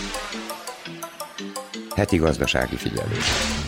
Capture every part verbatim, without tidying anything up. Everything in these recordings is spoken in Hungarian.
Heti gazdasági figyelés.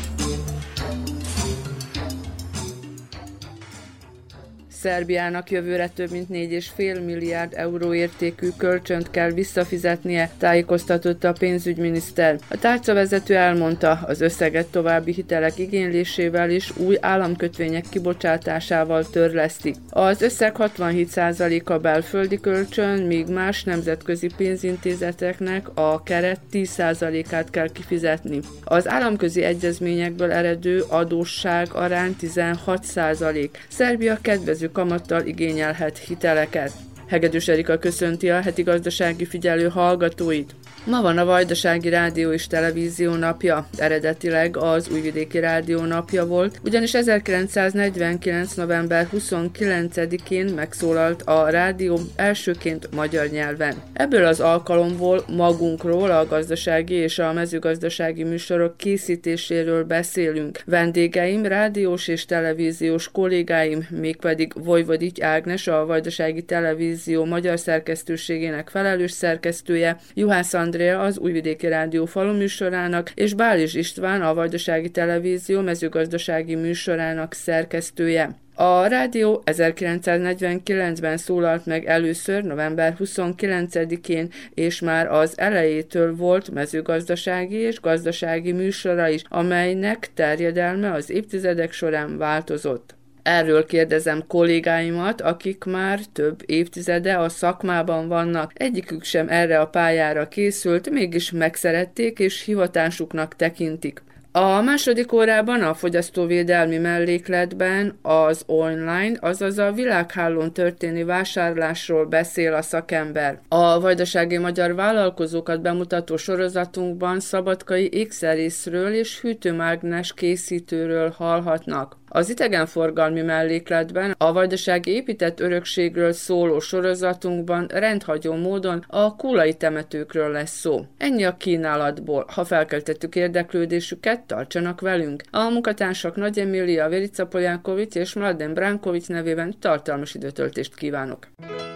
Szerbiának jövőre több mint négy egész öt milliárd euró értékű kölcsönt kell visszafizetnie, tájékoztatott a pénzügyminiszter. A tárcavezető elmondta, az összeget további hitelek igénylésével és új államkötvények kibocsátásával törlesztik. Az összeg hatvanhét százaléka belföldi kölcsön, míg más nemzetközi pénzintézeteknek a keret tíz százalékát kell kifizetni. Az államközi egyezményekből eredő adósság arány tizenhat százalék. Szerbia kedvező kamattal igényelhet hiteleket. Hegedűs Erika köszönti a heti gazdasági figyelő hallgatóit. Ma van a Vajdasági Rádió és Televízió napja. Eredetileg az Újvidéki Rádió napja volt, ugyanis ezerkilencszáznegyvenkilenc. november huszonkilencedikén megszólalt a rádió elsőként magyar nyelven. Ebből az alkalomból magunkról, a gazdasági és a mezőgazdasági műsorok készítéséről beszélünk. Vendégeim, rádiós és televíziós kollégáim, mégpedig Vojvodics Ágnes, a Vajdasági Televízió magyar szerkesztőségének felelős szerkesztője, Juhász Andrea, az Újvidéki Rádió faluműsorának, és Bális István, a Vajdasági Televízió mezőgazdasági műsorának szerkesztője. A rádió ezerkilencszáznegyvenkilencben szólalt meg először november huszonkilencedikén, és már az elejétől volt mezőgazdasági és gazdasági műsora is, amelynek terjedelme az évtizedek során változott. Erről kérdezem kollégáimat, akik már több évtizede a szakmában vannak. Egyikük sem erre a pályára készült, mégis megszerették és hivatásuknak tekintik. A második órában a fogyasztóvédelmi mellékletben az online, azaz a világhálón történő vásárlásról beszél a szakember. A vajdasági magyar vállalkozókat bemutató sorozatunkban szabadkai ékszerészről és hűtőmágnes készítőről hallhatnak. Az idegenforgalmi mellékletben a vajdasági épített örökségről szóló sorozatunkban rendhagyó módon a kulai temetőkről lesz szó. Ennyi a kínálatból. Ha felkeltettük érdeklődésüket, tartsanak velünk. A munkatársak Nagy Emília, Verica Poljákovics és Mladen Brankovics nevében tartalmas időtöltést kívánok.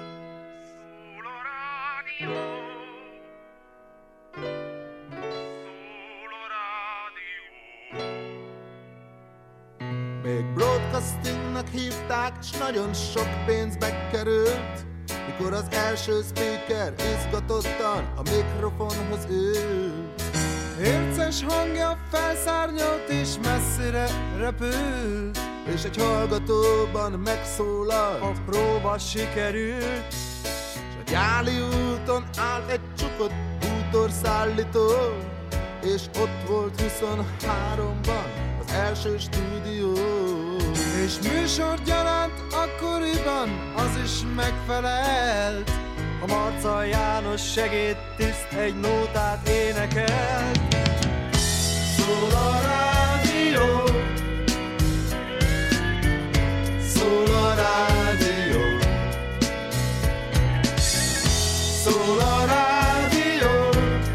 Még broadcastingnak hívták, s nagyon sok pénzbe került, mikor az első speaker izgatottan a mikrofonhoz ült. Érces hangja felszárnyolt és messzire repült, és egy hallgatóban megszólalt, a próba sikerült. S a Gyáli úton állt egy csukott bútorszállító, és ott volt huszonháromban az első stúdió. És műsorgyaránt akkoriban az is megfelelt, a Marca János segédtiszt egy nótát énekelt. Szól a rádió, szól a rádió, szól a rádió,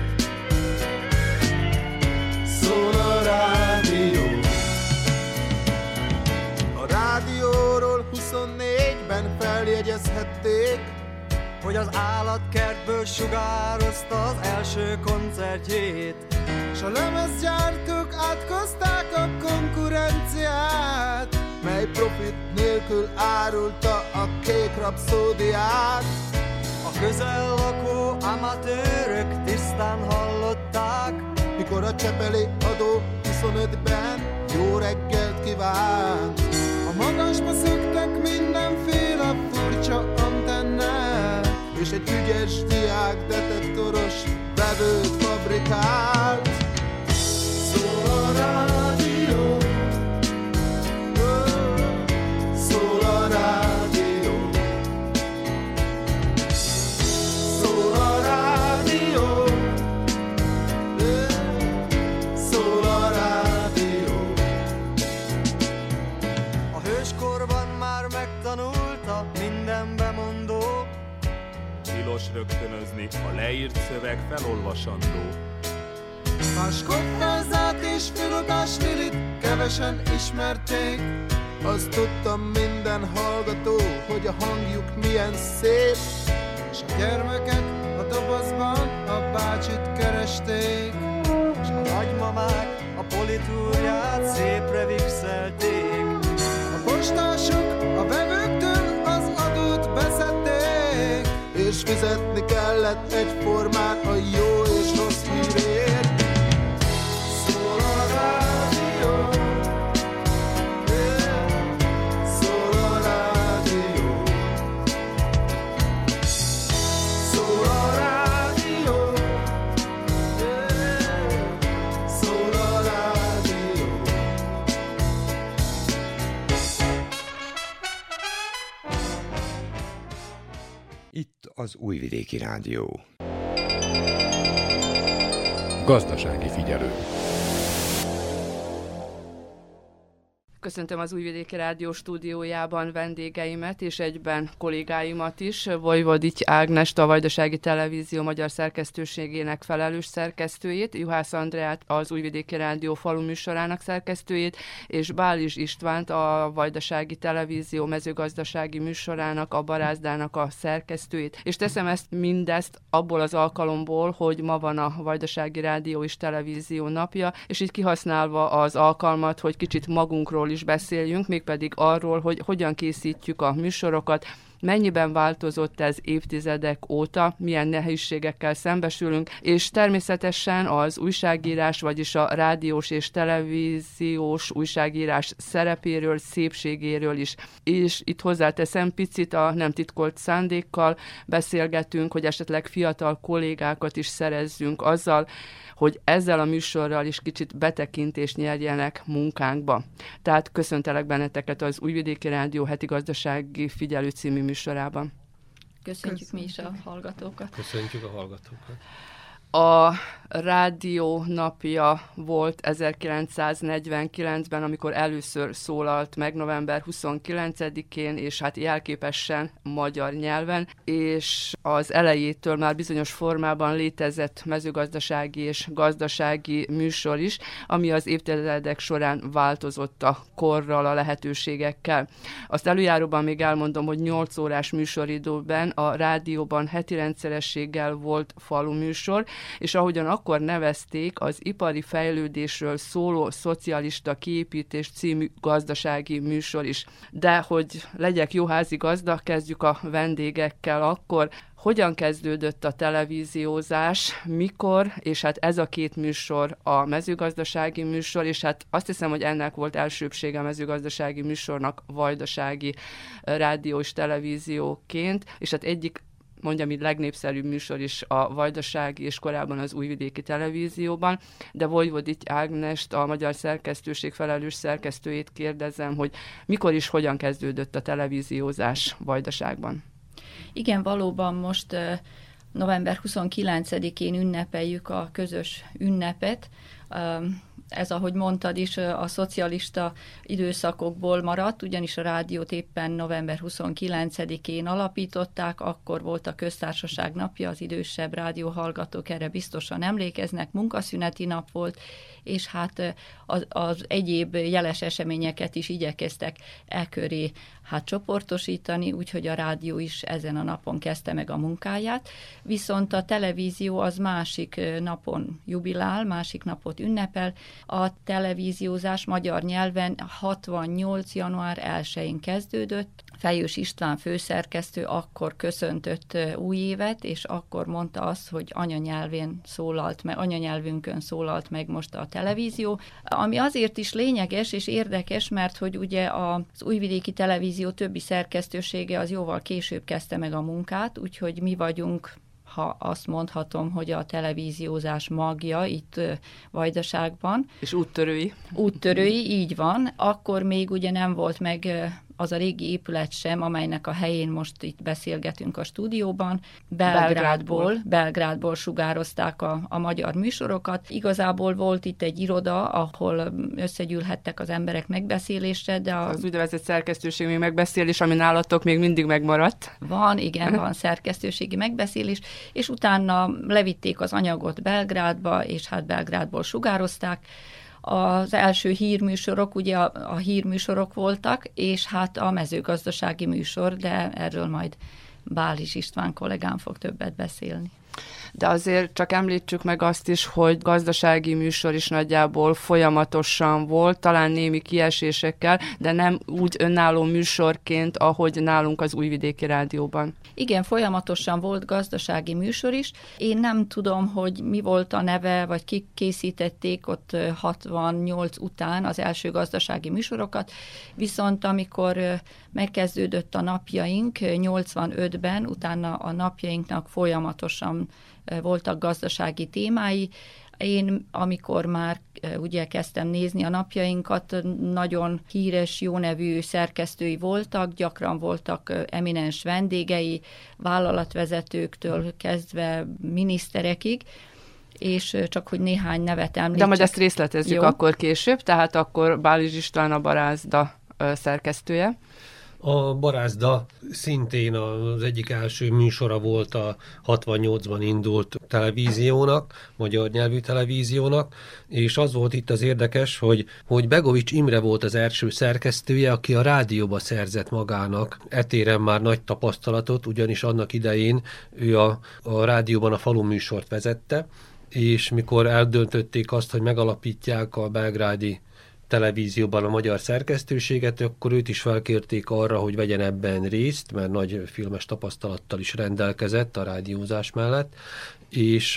szól a rádió. A rádióról huszonnégyben feljegyezhették, hogy az állatkertből sugározta az első koncertjét, s a lemezgyártók átkozták a konkurenciát, mely profit nélkül árulta a kék rapszódiát. A közel lakó amatőrök tisztán hallották, mikor a csepeli adó huszonötben jó reggelt kívánt. A magasba szöktek mindenféle furcsa antennák, és egy ügyes diák detektoros vevőt fabrikált. Szól a rádió, szól a rádió, szól a rádió, szól a rádió. A hőskorban már megtanulta minden bemondó, tilos rögtönözni, a leírt szöveg felolvasandó. Máskottázát és filodás Lilit kevesen ismerték, azt tudtam minden hallgató, hogy a hangjuk milyen szép. És a gyermekek a dobozban a bácsit keresték, festék, és a nagymamák a politúrját szépre vixelték. A postások a vevőktől az adót beszedték, és fizetni kellett egyformán a jó és rossz hírért. Szól a rádió, szól a rádió, szól a rádió, szól a rádió. Itt az Újvidéki Rádió. Gazdasági figyelő. Köszöntöm az Újvidéki Rádió stúdiójában vendégeimet és egyben kollégáimat is. Vojvodics Ágnest, a Vajdasági Televízió magyar szerkesztőségének felelős szerkesztőjét, Juhász Andreát, az Újvidéki Rádió falu műsorának szerkesztőjét, és Bális Istvánt, a Vajdasági Televízió mezőgazdasági műsorának, a Barázdának a szerkesztőjét. És teszem ezt mindezt abból az alkalomból, hogy ma van a Vajdasági Rádió és Televízió napja, és így kihasználva az alkalmat, hogy kicsit magunkról is beszéljünk, mégpedig arról, hogy hogyan készítjük a műsorokat, mennyiben változott ez évtizedek óta, milyen nehézségekkel szembesülünk, és természetesen az újságírás, vagyis a rádiós és televíziós újságírás szerepéről, szépségéről is. És itt hozzáteszem, picit a nem titkolt szándékkal beszélgetünk, hogy esetleg fiatal kollégákat is szerezzünk azzal, hogy ezzel a műsorral is kicsit betekintést nyerjenek munkánkba. Tehát köszöntelek benneteket az Újvidéki Rádió heti gazdasági figyelő című műsorában. Köszönjük, Köszönjük mi is a hallgatókat. Köszöntjük a hallgatókat. A rádió napja volt ezerkilencszáznegyvenkilencben, amikor először szólalt meg november huszonkilencedikén, és hát jelképesen magyar nyelven, és az elejétől már bizonyos formában létezett mezőgazdasági és gazdasági műsor is, ami az évtizedek során változott a korral, a lehetőségekkel. Azt előjáróban még elmondom, hogy nyolc órás műsoridőben a rádióban heti rendszerességgel volt falu műsor, és ahogyan akkor nevezték, az ipari fejlődésről szóló szocialista kiépítés című gazdasági műsor is. De hogy legyek jó házigazda, kezdjük a vendégekkel akkor. Hogyan kezdődött a televíziózás, mikor, és hát ez a két műsor a mezőgazdasági műsor, és hát azt hiszem, hogy ennek volt elsőbsége a mezőgazdasági műsornak vajdasági rádió és televízióként, és hát egyik mondjam, így legnépszerűbb műsor is a Vajdasági és korábban az Újvidéki Televízióban, de Vojvodics Ágnest, a magyar szerkesztőség felelős szerkesztőjét kérdezem, hogy mikor is hogyan kezdődött a televíziózás Vajdaságban? Igen, valóban most november huszonkilencedikén ünnepeljük a közös ünnepet. Ez, ahogy mondtad is, a szocialista időszakokból maradt, ugyanis a rádiót éppen november huszonkilencedikén alapították, akkor volt a köztársaság napja, az idősebb rádióhallgatók erre biztosan emlékeznek, munkaszüneti nap volt, és hát az, az egyéb jeles eseményeket is igyekeztek e köré hát csoportosítani, úgyhogy a rádió is ezen a napon kezdte meg a munkáját, viszont a televízió az másik napon jubilál, másik napot ünnepel. A televíziózás magyar nyelven hatvannyolc január elsején kezdődött. Fejős István főszerkesztő akkor köszöntött új évet, és akkor mondta azt, hogy anyanyelvén szólalt meg, anyanyelvünkön szólalt meg most a televízió, ami azért is lényeges és érdekes, mert hogy ugye az Újvidéki Televízió többi szerkesztősége az jóval később kezdte meg a munkát, úgyhogy mi vagyunk, ha azt mondhatom, hogy a televíziózás magja itt Vajdaságban. És úttörői. Úttörői, így van. Akkor még ugye nem volt meg az a régi épület sem, amelynek a helyén most itt beszélgetünk a stúdióban. Belgrádból, Belgrádból sugározták a, a magyar műsorokat. Igazából volt itt egy iroda, ahol összegyűlhettek az emberek megbeszélésre, de a... Az úgynevezett szerkesztőség még megbeszélés, ami nálatok még mindig megmaradt. Van, igen, van szerkesztőségi megbeszélés, és utána levitték az anyagot Belgrádba, és hát Belgrádból sugározták. Az első hírműsorok, ugye a, a hírműsorok voltak, és hát a mezőgazdasági műsor, de erről majd Bális István kollégám fog többet beszélni. De azért csak említsük meg azt is, hogy gazdasági műsor is nagyjából folyamatosan volt, talán némi kiesésekkel, de nem úgy önálló műsorként, ahogy nálunk az Újvidéki Rádióban. Igen, folyamatosan volt gazdasági műsor is. Én nem tudom, hogy mi volt a neve, vagy kik készítették ott hatvannyolc után az első gazdasági műsorokat, viszont amikor megkezdődött a napjaink nyolcvanötben, utána a napjainknak folyamatosan voltak gazdasági témái. Én, amikor már ugye kezdtem nézni a napjainkat, nagyon híres, jó nevű szerkesztői voltak, gyakran voltak eminens vendégei, vállalatvezetőktől kezdve miniszterekig, és csak hogy néhány nevet említsek. De majd ezt részletezzük Jó. akkor később, tehát akkor Bálizs István a Barázda szerkesztője. A Barázda szintén az egyik első műsora volt a hatvannyolcban indult televíziónak, magyar nyelvű televíziónak, és az volt itt az érdekes, hogy, hogy Begovics Imre volt az első szerkesztője, aki a rádióba szerzett magának etéren már nagy tapasztalatot, ugyanis annak idején ő a, a rádióban a falu műsort vezette, és mikor eldöntötték azt, hogy megalapítják a belgrádi televízióban a magyar szerkesztőséget, akkor őt is felkérték arra, hogy vegyen ebben részt, mert nagy filmes tapasztalattal is rendelkezett a rádiózás mellett, és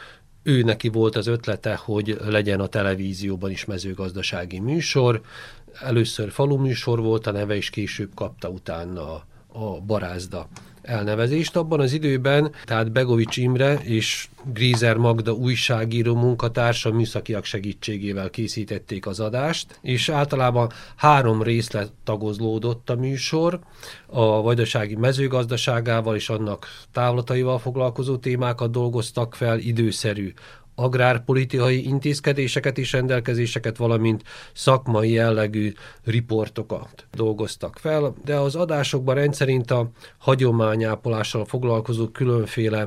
ő neki volt az ötlete, hogy legyen a televízióban is mezőgazdasági műsor. Először falu műsor volt a neve, és később kapta utána a, a Barázda elnevezést. Abban az időben, tehát Begovics Imre és Grízer Magda újságíró munkatársa műszakiak segítségével készítették az adást, és általában három részre tagozlódott a műsor, a vajdasági mezőgazdaságával és annak távlataival foglalkozó témákat dolgoztak fel, időszerű agrárpolitikai intézkedéseket és rendelkezéseket, valamint szakmai jellegű riportokat dolgoztak fel, de az adásokban rendszerint a hagyományápolással foglalkozó különféle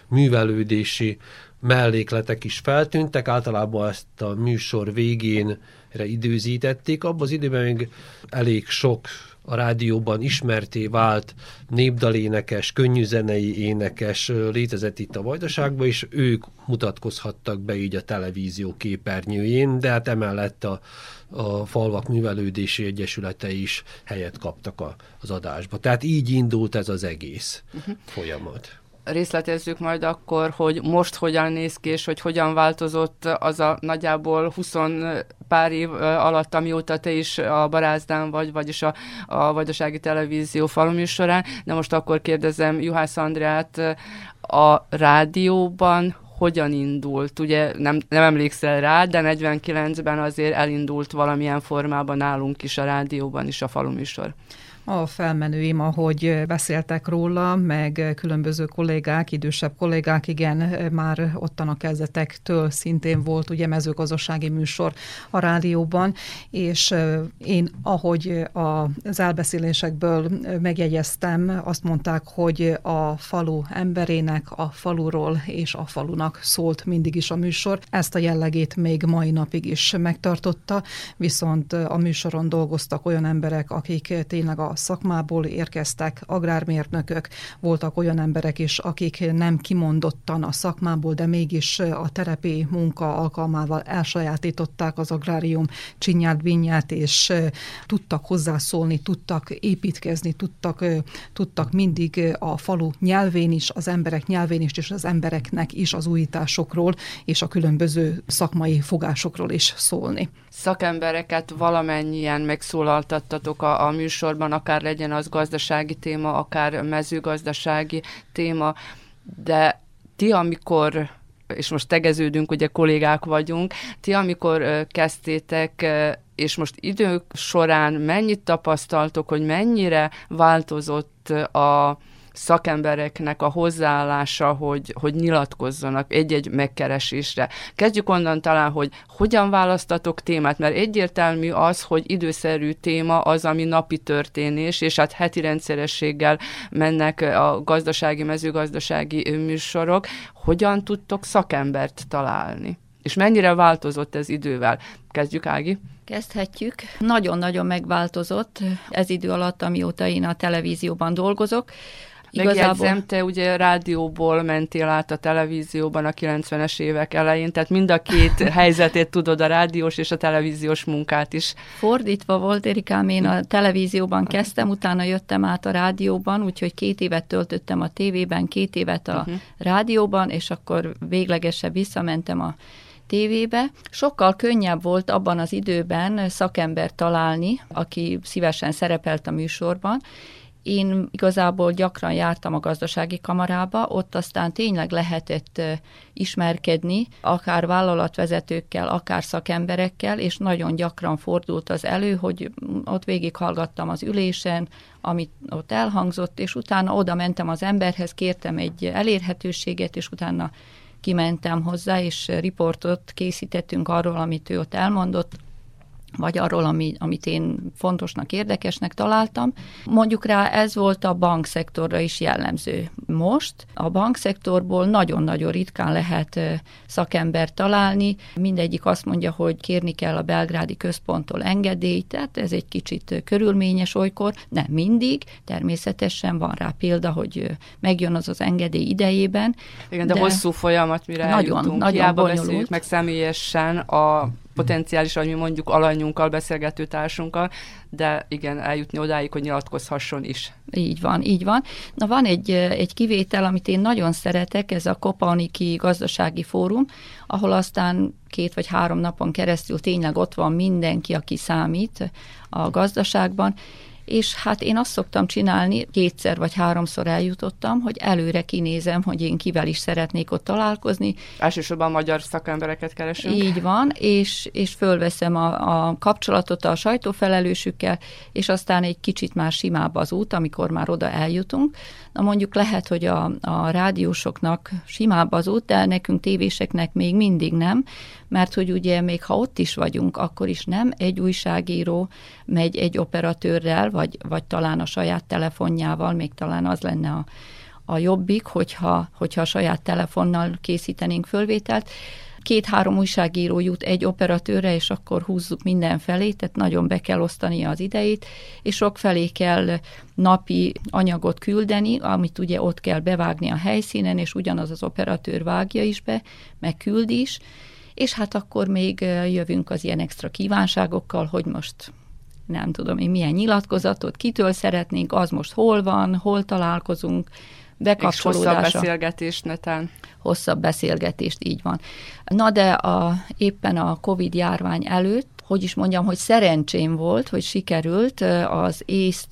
művelődési mellékletek is feltűntek, általában ezt a műsor végénre időzítették. Abban az időben még elég sok a rádióban ismerté vált népdalénekes, könnyűzenei énekes létezett itt a Vajdaságban, és ők mutatkozhattak be így a televízió képernyőjén, de hát emellett a, a Falvak Művelődési Egyesülete is helyet kaptak a, az adásba. Tehát így indult ez az egész uh-huh. folyamat. Részletezzük majd akkor, hogy most hogyan néz ki, és hogy hogyan változott az a nagyjából húsz pár év alatt, amióta te is a Barázdán vagy, vagyis a, a Vajdasági Televízió faluműsorán. De most akkor kérdezem Juhász Andrát, a rádióban hogyan indult? Ugye nem, nem emlékszel rá, de negyvenkilencben azért elindult valamilyen formában nálunk is a rádióban is a faluműsor. A felmenőim, ahogy beszéltek róla, meg különböző kollégák, idősebb kollégák, igen, már ottan a kezdetektől szintén volt ugye mezőgazdasági műsor a rádióban, és én, ahogy az elbeszélésekből megjegyeztem, azt mondták, hogy a falu emberének, a faluról és a falunak szólt mindig is a műsor. Ezt a jellegét még mai napig is megtartotta, viszont a műsoron dolgoztak olyan emberek, akik tényleg a szakmából érkeztek, agrármérnökök, voltak olyan emberek is, akik nem kimondottan a szakmából, de mégis a terepi munka alkalmával elsajátították az agrárium csinyát, bínyát, és tudtak hozzászólni, tudtak építkezni, tudtak, tudtak mindig a falu nyelvén is, az emberek nyelvén is, és az embereknek is az újításokról és a különböző szakmai fogásokról is szólni. Szakembereket valamennyien megszólaltattatok a, a műsorban, akár legyen az gazdasági téma, akár mezőgazdasági téma, de ti, amikor, és most tegeződünk, ugye kollégák vagyunk, ti, amikor kezdtétek, és most idők során mennyit tapasztaltok, hogy mennyire változott a szakembereknek a hozzáállása, hogy, hogy nyilatkozzanak egy-egy megkeresésre. Kezdjük onnan talán, hogy hogyan választatok témát, mert egyértelmű az, hogy időszerű téma az, ami napi történés, és hát heti rendszerességgel mennek a gazdasági, mezőgazdasági műsorok. Hogyan tudtok szakembert találni? És mennyire változott ez idővel? Kezdjük, Ági? Kezdhetjük. Nagyon-nagyon megváltozott ez idő alatt, amióta én a televízióban dolgozok. Megjegyzem, te ugye rádióból mentél át a televízióban a kilencvenes évek elején, tehát mind a két helyzetét tudod, a rádiós és a televíziós munkát is. Fordítva volt, Érikám, én a televízióban kezdtem, utána jöttem át a rádióban, úgyhogy két évet töltöttem a tévében, két évet a uh-huh. rádióban, és akkor véglegesen visszamentem a tévébe. Sokkal könnyebb volt abban az időben szakembert találni, aki szívesen szerepelt a műsorban. Én igazából gyakran jártam a gazdasági kamarába, ott aztán tényleg lehetett ismerkedni, akár vállalatvezetőkkel, akár szakemberekkel, és nagyon gyakran fordult az elő, hogy ott végighallgattam az ülésen, amit ott elhangzott, és utána oda mentem az emberhez, kértem egy elérhetőséget, és utána kimentem hozzá, és riportot készítettünk arról, amit ő ott elmondott, vagy arról, ami, amit én fontosnak, érdekesnek találtam. Mondjuk rá, ez volt a bankszektorra is jellemző. Most a bankszektorból nagyon-nagyon ritkán lehet szakembert találni. Mindegyik azt mondja, hogy kérni kell a belgrádi központtól engedélyt, tehát ez egy kicsit körülményes olykor. Nem mindig, természetesen van rá példa, hogy megjön az az engedély idejében. Igen, de, de hosszú folyamat, mire nagyon, eljutunk. Nagyon Hiába bonyolult. Beszéljük meg személyesen a potenciális, vagy mi mondjuk alanyunkkal, beszélgető társunkkal, de igen, eljutni odáig, hogy nyilatkozhasson is. Így van, így van. Na van egy, egy kivétel, amit én nagyon szeretek, ez a Kopernikus Gazdasági Fórum, ahol aztán két vagy három napon keresztül tényleg ott van mindenki, aki számít a gazdaságban, és hát én azt szoktam csinálni, kétszer vagy háromszor eljutottam, hogy előre kinézem, hogy én kivel is szeretnék ott találkozni. Elsősorban magyar szakembereket keresünk. Így van, és, és fölveszem a, a kapcsolatot a sajtófelelősükkel, és aztán egy kicsit már simább az út, amikor már oda eljutunk. Na mondjuk lehet, hogy a, a rádiósoknak simább az út, de nekünk tévéseknek még mindig nem, mert hogy ugye még ha ott is vagyunk, akkor is nem egy újságíró megy egy operatőrrel, vagy, vagy talán a saját telefonjával, még talán az lenne a, a jobbik, hogyha, hogyha a saját telefonnal készítenénk fölvételt. Két-három újságíró jut egy operatőrre, és akkor húzzuk mindenfelé, tehát nagyon be kell osztania az idejét, és sok felé kell napi anyagot küldeni, amit ugye ott kell bevágni a helyszínen, és ugyanaz az operatőr vágja is be, meg küld is, és hát akkor még jövünk az ilyen extra kívánságokkal, hogy most nem tudom én milyen nyilatkozatot, kitől szeretnénk, az most hol van, hol találkozunk, bekapcsolódása. Hosszabb beszélgetést netán. Hosszabb beszélgetést, így van. Na de a, éppen a Covid járvány előtt, hogy is mondjam, hogy szerencsém volt, hogy sikerült az észt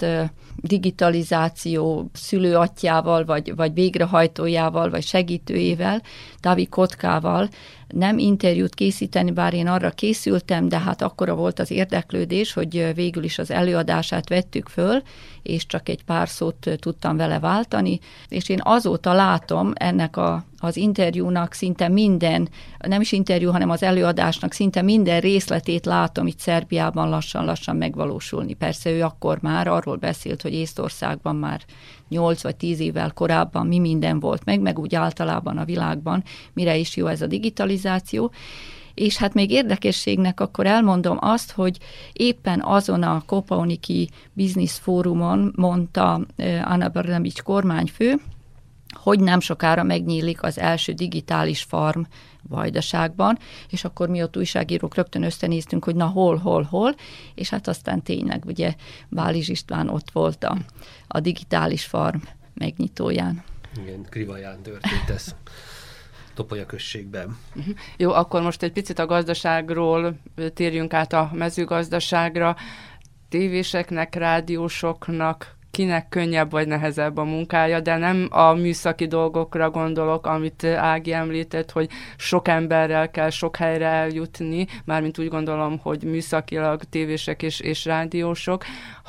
digitalizáció szülőatyjával, vagy, vagy végrehajtójával, vagy segítőjével, Tavi Kotkával nem interjút készíteni, bár én arra készültem, de hát akkora volt az érdeklődés, hogy végül is az előadását vettük föl, és csak egy pár szót tudtam vele váltani, és én azóta látom ennek a, az interjúnak szinte minden, nem is interjú, hanem az előadásnak szinte minden részletét látom itt Szerbiában lassan-lassan megvalósulni. Persze ő akkor már arról beszélt, hogy Észtországban már nyolc vagy tíz évvel korábban mi minden volt meg, meg úgy általában a világban, mire is jó ez a digitalizáció. És hát még érdekességnek akkor elmondom azt, hogy éppen azon a Kopernikus Business Fórumon mondta Ana Brnabić kormányfő, hogy nem sokára megnyílik az első digitális farm Vajdaságban, és akkor mi ott újságírók rögtön összenéztünk, hogy na hol, hol, hol, és hát aztán tényleg ugye Bálizs István ott volt a, a digitális farm megnyitóján. Igen, Krivaján történt ez. Topolya községben. Uh-huh. Jó, akkor most egy picit a gazdaságról térjünk át a mezőgazdaságra. Tévéseknek, rádiósoknak kinek könnyebb vagy nehezebb a munkája, de nem a műszaki dolgokra gondolok, amit Ági említett, hogy sok emberrel kell sok helyre eljutni, mármint úgy gondolom, hogy műszakilag tévések és, és rádiósok,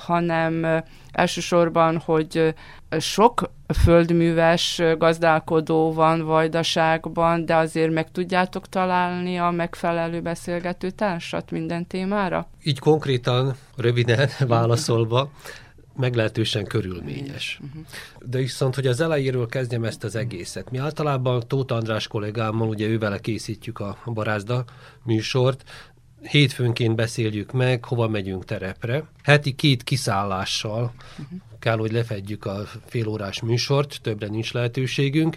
hanem elsősorban, hogy sok földműves gazdálkodó van Vajdaságban, de azért meg tudjátok találni a megfelelő beszélgető társat minden témára? Így konkrétan, röviden válaszolva, meglehetősen körülményes. De viszont, hogy az elejéről kezdjem ezt az egészet. Mi általában Tóth András kollégámmal, ugye ővele készítjük a Barázda műsort, hétfőnként beszéljük meg, hova megyünk terepre. Heti két kiszállással uh-huh. kell, hogy lefedjük a félórás műsort, többre nincs lehetőségünk,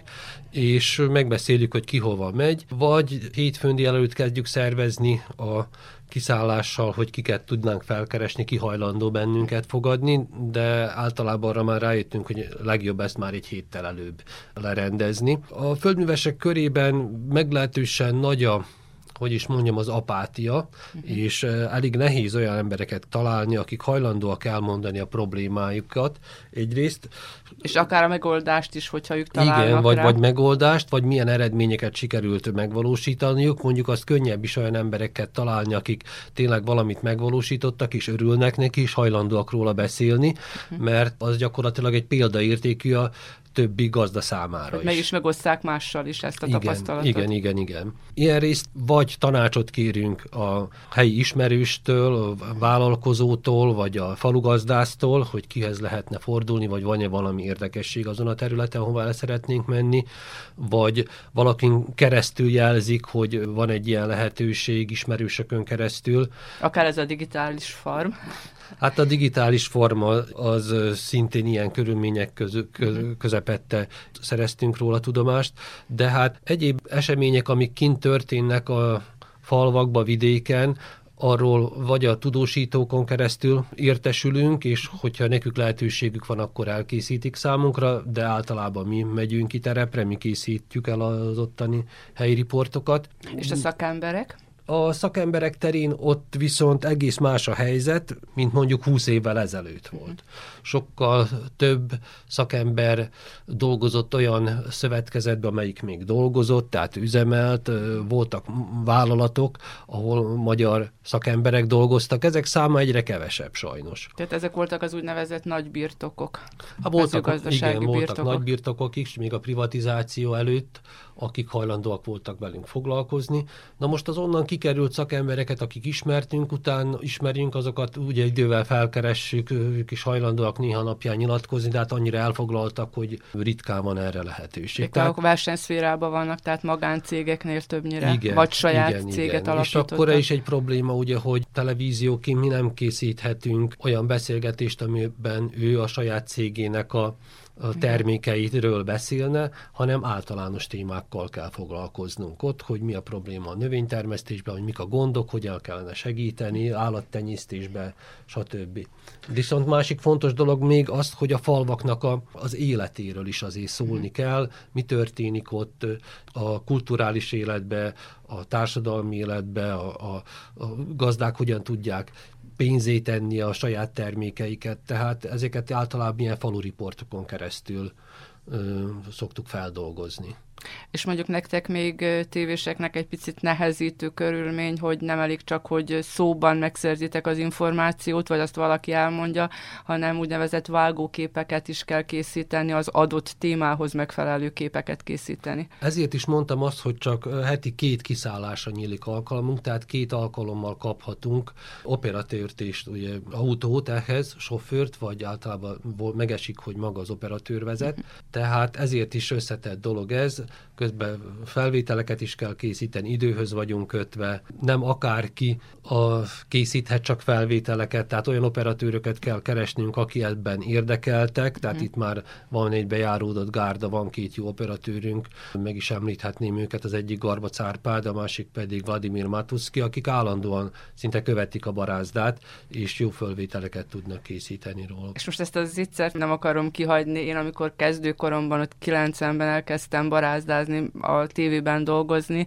és megbeszéljük, hogy ki hova megy, vagy hétfőn délelőtt kezdjük szervezni a kiszállással, hogy kiket tudnánk felkeresni, ki hajlandó bennünket fogadni, de általában arra már rájöttünk, hogy legjobb ezt már egy héttel előbb lerendezni. A földművesek körében meglehetősen nagy a hogy is mondjam, az apátia, uh-huh. és elég nehéz olyan embereket találni, akik hajlandóak elmondani a problémájukat egyrészt. És akár a megoldást is, hogyha ők találnak igen, vagy, rá. vagy megoldást, vagy milyen eredményeket sikerült megvalósítaniuk. Mondjuk azt könnyebb is olyan embereket találni, akik tényleg valamit megvalósítottak, és örülnek neki, és hajlandóak róla beszélni, uh-huh. mert az gyakorlatilag egy példaértékű a többi gazda számára is. Meg is megosztják mással is ezt a igen, tapasztalatot. Igen, igen, igen. Ilyen részt vagy tanácsot kérünk a helyi ismerőstől, a vállalkozótól, vagy a falugazdásztól, hogy kihez lehetne fordulni, vagy van-e valami érdekesség azon a területen, hova el szeretnénk menni, vagy valakin keresztül jelzik, hogy van egy ilyen lehetőség ismerősökön keresztül. Akár ez a digitális farm. Hát a digitális forma az szintén ilyen körülmények köz, köz, közepette szereztünk róla tudomást, de hát egyéb események, amik kint történnek a falvakba, vidéken, arról vagy a tudósítókon keresztül értesülünk, és hogyha nekük lehetőségük van, akkor elkészítik számunkra, de általában mi megyünk ki terepre, mi készítjük el az ottani helyi riportokat. És a szakemberek? A szakemberek terén ott viszont egész más a helyzet, mint mondjuk húsz évvel ezelőtt volt. Sokkal több szakember dolgozott olyan szövetkezetben, amelyik még dolgozott, tehát üzemelt, voltak vállalatok, ahol magyar szakemberek dolgoztak. Ezek száma egyre kevesebb sajnos. Tehát ezek voltak az úgynevezett nagybirtokok. Ha voltak, igen, voltak nagybirtokok is, még a privatizáció előtt, akik hajlandóak voltak velünk foglalkozni. Na most az onnan kikerült szakembereket, akik ismertünk, után ismerjünk, azokat ugye idővel felkeressük, ők is hajlandóak néha napján nyilatkozni, de hát annyira elfoglaltak, hogy ritkán van erre lehetőség. Tehát a versenyszférában vannak, tehát magáncégeknél többnyire, igen, vagy saját igen, céget igen. alapítottak. És akkor is egy probléma, ugye, hogy televízióként mi nem készíthetünk olyan beszélgetést, amiben ő a saját cégének a a termékeitről beszélne, hanem általános témákkal kell foglalkoznunk ott, hogy mi a probléma a növénytermesztésben, hogy mik a gondok, hogyan kellene segíteni, állattenyésztésben, stb. Viszont másik fontos dolog még az, hogy a falvaknak a, az életéről is azért szólni kell, mi történik ott a kulturális életbe, a társadalmi életbe, a, a, a gazdák hogyan tudják pénzé tenni a saját termékeiket, tehát ezeket általában ilyen faluriportokon keresztül ö, szoktuk feldolgozni. És mondjuk nektek még tévéseknek egy picit nehezítő körülmény, hogy nem elég csak, hogy szóban megszerzitek az információt, vagy azt valaki elmondja, hanem úgynevezett vágóképeket is kell készíteni, az adott témához megfelelő képeket készíteni. Ezért is mondtam azt, hogy csak heti két kiszállásra nyílik alkalmunk, tehát két alkalommal kaphatunk operatőrt és ugye autót ehhez, sofőrt, vagy általában megesik, hogy maga az operatőr vezet. Tehát ezért is összetett dolog ez, közben felvételeket is kell készíteni, időhöz vagyunk kötve, nem akárki a, készíthet csak felvételeket, tehát olyan operatőröket kell keresnünk, aki ebben érdekeltek, tehát mm. itt már van egy bejáródott gárda, van két jó operatőrünk, meg is említhetném őket, az egyik Garbac Árpád, a másik pedig Vladimir Matuszki, akik állandóan szinte követik a barázdát, és jó felvételeket tudnak készíteni róla. És most ezt az viccet nem akarom kihagyni, én amikor kezdőkoromban, ott kilencvenben elkezdtem barázdázni, a tévében dolgozni,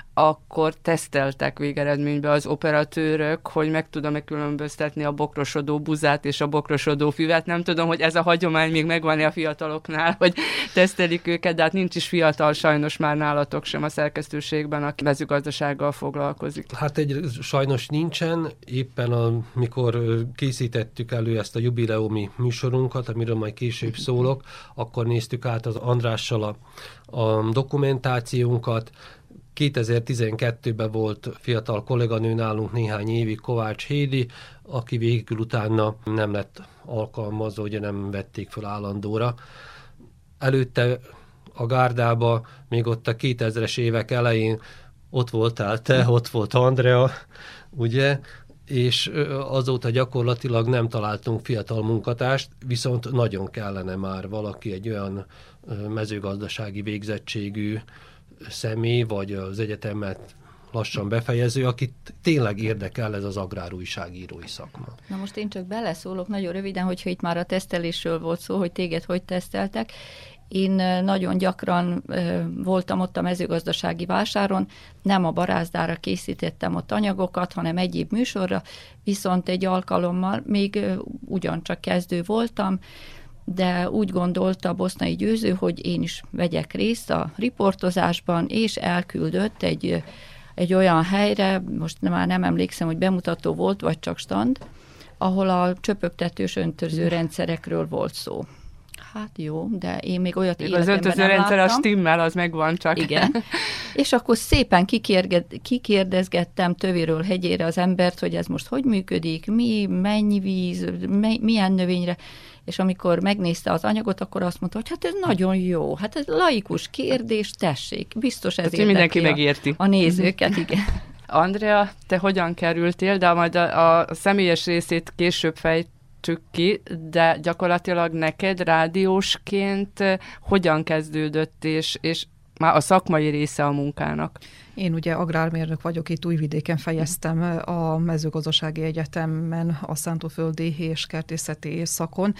akkor teszteltek végeredményben az operatőrök, hogy meg tudom-e különböztetni a bokrosodó buzát és a bokrosodó füvet. Nem tudom, hogy ez a hagyomány még megvan-e a fiataloknál, hogy tesztelik őket, de hát nincs is fiatal sajnos már nálatok sem a szerkesztőségben, aki mezőgazdasággal foglalkozik. Hát egy sajnos nincsen, éppen amikor készítettük elő ezt a jubileumi műsorunkat, amiről majd később szólok, akkor néztük át az Andrással a, a dokumentációnkat. kétezer-tizenkettőben volt fiatal kolléganő nálunk néhány évig, Kovács Hédi, aki végül utána nem lett alkalmazva, ugye nem vették fel állandóra. Előtte a gárdába, még ott a kétezres évek elején ott voltál te, ott volt Andrea, ugye, és azóta gyakorlatilag nem találtunk fiatal munkatást, viszont nagyon kellene már valaki, egy olyan mezőgazdasági végzettségű személy, vagy az egyetemet lassan befejező, akit tényleg érdekel ez az agrárújságírói szakma. Na most én csak beleszólok nagyon röviden, hogyha itt már a tesztelésről volt szó, hogy téged hogy teszteltek. Én nagyon gyakran voltam ott a mezőgazdasági vásáron, nem a barázdára készítettem ott anyagokat, hanem egyéb műsorra, viszont egy alkalommal még ugyancsak kezdő voltam, de úgy gondolta Bosztai Győző, hogy én is vegyek részt a riportozásban, és elküldött egy, egy olyan helyre, most már nem emlékszem, hogy bemutató volt, vagy csak stand, ahol a csöpögtetős öntöző rendszerekről volt szó. Hát jó, de én még olyat még életemben az öntöző rendszer a stimmel, az megvan csak. Igen. És akkor szépen kikérdezgettem tövéről hegyére az embert, hogy ez most hogy működik, mi, mennyi víz, mely, milyen növényre, és amikor megnézte az anyagot, akkor azt mondta, hogy hát ez nagyon jó, hát ez laikus kérdés, tessék, biztos ez érdekli mindenki megérti. A nézőket, igen. Andrea, te hogyan kerültél, de majd a, a személyes részét később fejt ki, de gyakorlatilag neked rádiósként hogyan kezdődött, és, és már a szakmai része a munkának? Én ugye agrármérnök vagyok, itt Újvidéken fejeztem a mezőgazdasági egyetemen a szántóföldi és kertészeti szakon.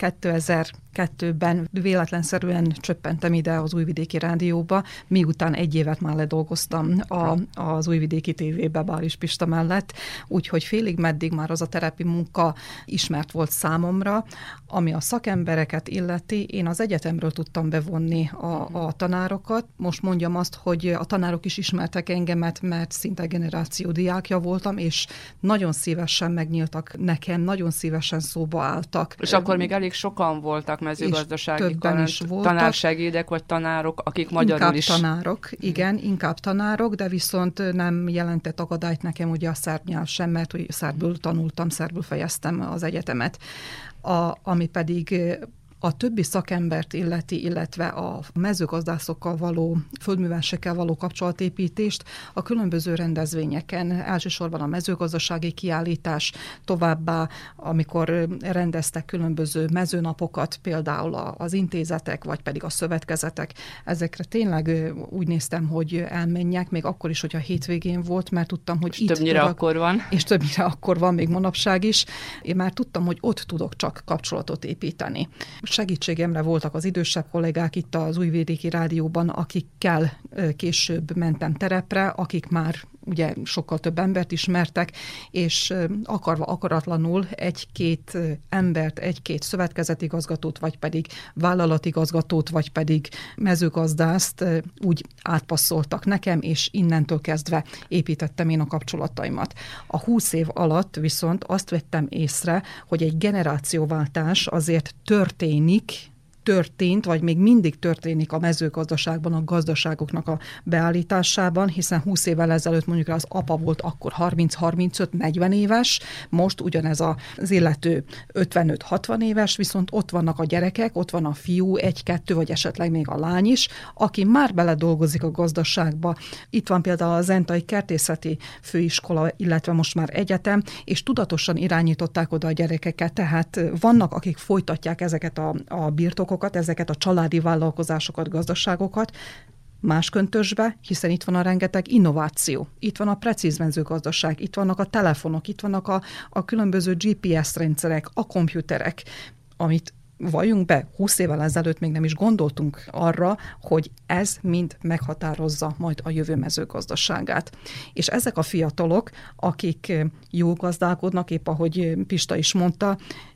kétezer-kettőben véletlenszerűen csöppentem ide az Újvidéki Rádióba, miután egy évet már ledolgoztam a, az Újvidéki tévébe Bális Pista mellett, úgyhogy félig meddig már az a terepi munka ismert volt számomra. Ami a szakembereket illeti, én az egyetemről tudtam bevonni a, a tanárokat. Most mondjam azt, hogy a tanárok is ismertek engemet, mert szinte generáció diákja voltam, és nagyon szívesen megnyíltak nekem, nagyon szívesen szóba álltak. És akkor még elég sokan voltak mezőgazdasági tanár, tanársegédek, vagy tanárok, akik magyarul inkább is... tanárok, igen, inkább tanárok, de viszont nem jelentett akadályt nekem ugye a szerb nyelv sem, mert hogy szerbül tanultam, szerbül fejeztem az egyetemet. A, ami pedig a többi szakembert illeti, illetve a mezőgazdászokkal való, földművesekkel való kapcsolatépítést a különböző rendezvényeken, elsősorban a mezőgazdasági kiállítás, továbbá, amikor rendeztek különböző mezőnapokat, például az intézetek, vagy pedig a szövetkezetek, ezekre tényleg úgy néztem, hogy elmenjek, még akkor is, hogyha hétvégén volt, mert tudtam, hogy és itt többnyire tudok, akkor van. És többnyire akkor van, még manapság is. Én már tudtam, hogy ott tudok csak kapcsolatot építeni. Segítségemre voltak az idősebb kollégák itt az Újvidéki Rádióban, akikkel később mentem terepre, akik már ugye sokkal több embert ismertek, és akarva akaratlanul egy-két embert, egy-két szövetkezetigazgatót, vagy pedig vállalatigazgatót, vagy pedig mezőgazdászt úgy átpasszoltak nekem, és innentől kezdve építettem én a kapcsolataimat. A húsz év alatt viszont azt vettem észre, hogy egy generációváltás azért történik, történt, vagy még mindig történik a mezőgazdaságban, a gazdaságoknak a beállításában, hiszen húsz évvel ezelőtt mondjuk az apa volt akkor harminc-harmincöt-negyven éves, most ugyanez az illető ötvenöt-hatvan éves, viszont ott vannak a gyerekek, ott van a fiú, egy-kettő, vagy esetleg még a lány is, aki már beledolgozik a gazdaságba. Itt van például a Zentai Kertészeti Főiskola, illetve most már egyetem, és tudatosan irányították oda a gyerekeket, tehát vannak, akik folytatják ezeket a, a birtokokat, ezeket a családi vállalkozásokat, gazdaságokat más köntösbe, hiszen itt van a rengeteg innováció, itt van a precíz mezőgazdaság, itt vannak a telefonok, itt vannak a, a különböző gé pé es rendszerek, a komputerek, amit valljunk be, húsz évvel ezelőtt még nem is gondoltunk arra, hogy ez mind meghatározza majd a jövő mezőgazdaságát. És ezek a fiatalok, akik jól gazdálkodnak, épp ahogy Pista is mondta,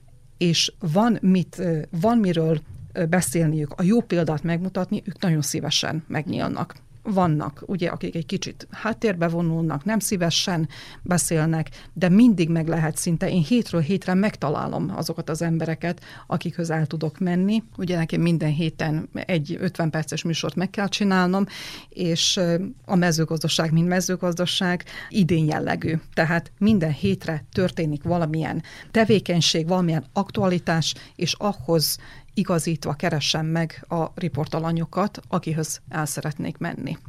és van, mit, van miről beszélniük, a jó példát megmutatni, ők nagyon szívesen megnyílnak. Vannak, ugye, akik egy kicsit háttérbe vonulnak, nem szívesen beszélnek, de mindig meg lehet szinte. Én hétről hétre megtalálom azokat az embereket, akikhöz el tudok menni. Ugye nekem minden héten egy ötven perces műsort meg kell csinálnom, és a mezőgazdaság, mint mezőgazdaság idén jellegű. Tehát minden hétre történik valamilyen tevékenység, valamilyen aktualitás, és ahhoz igazítva keressem meg a riportalanyokat, akihez el szeretnék menni.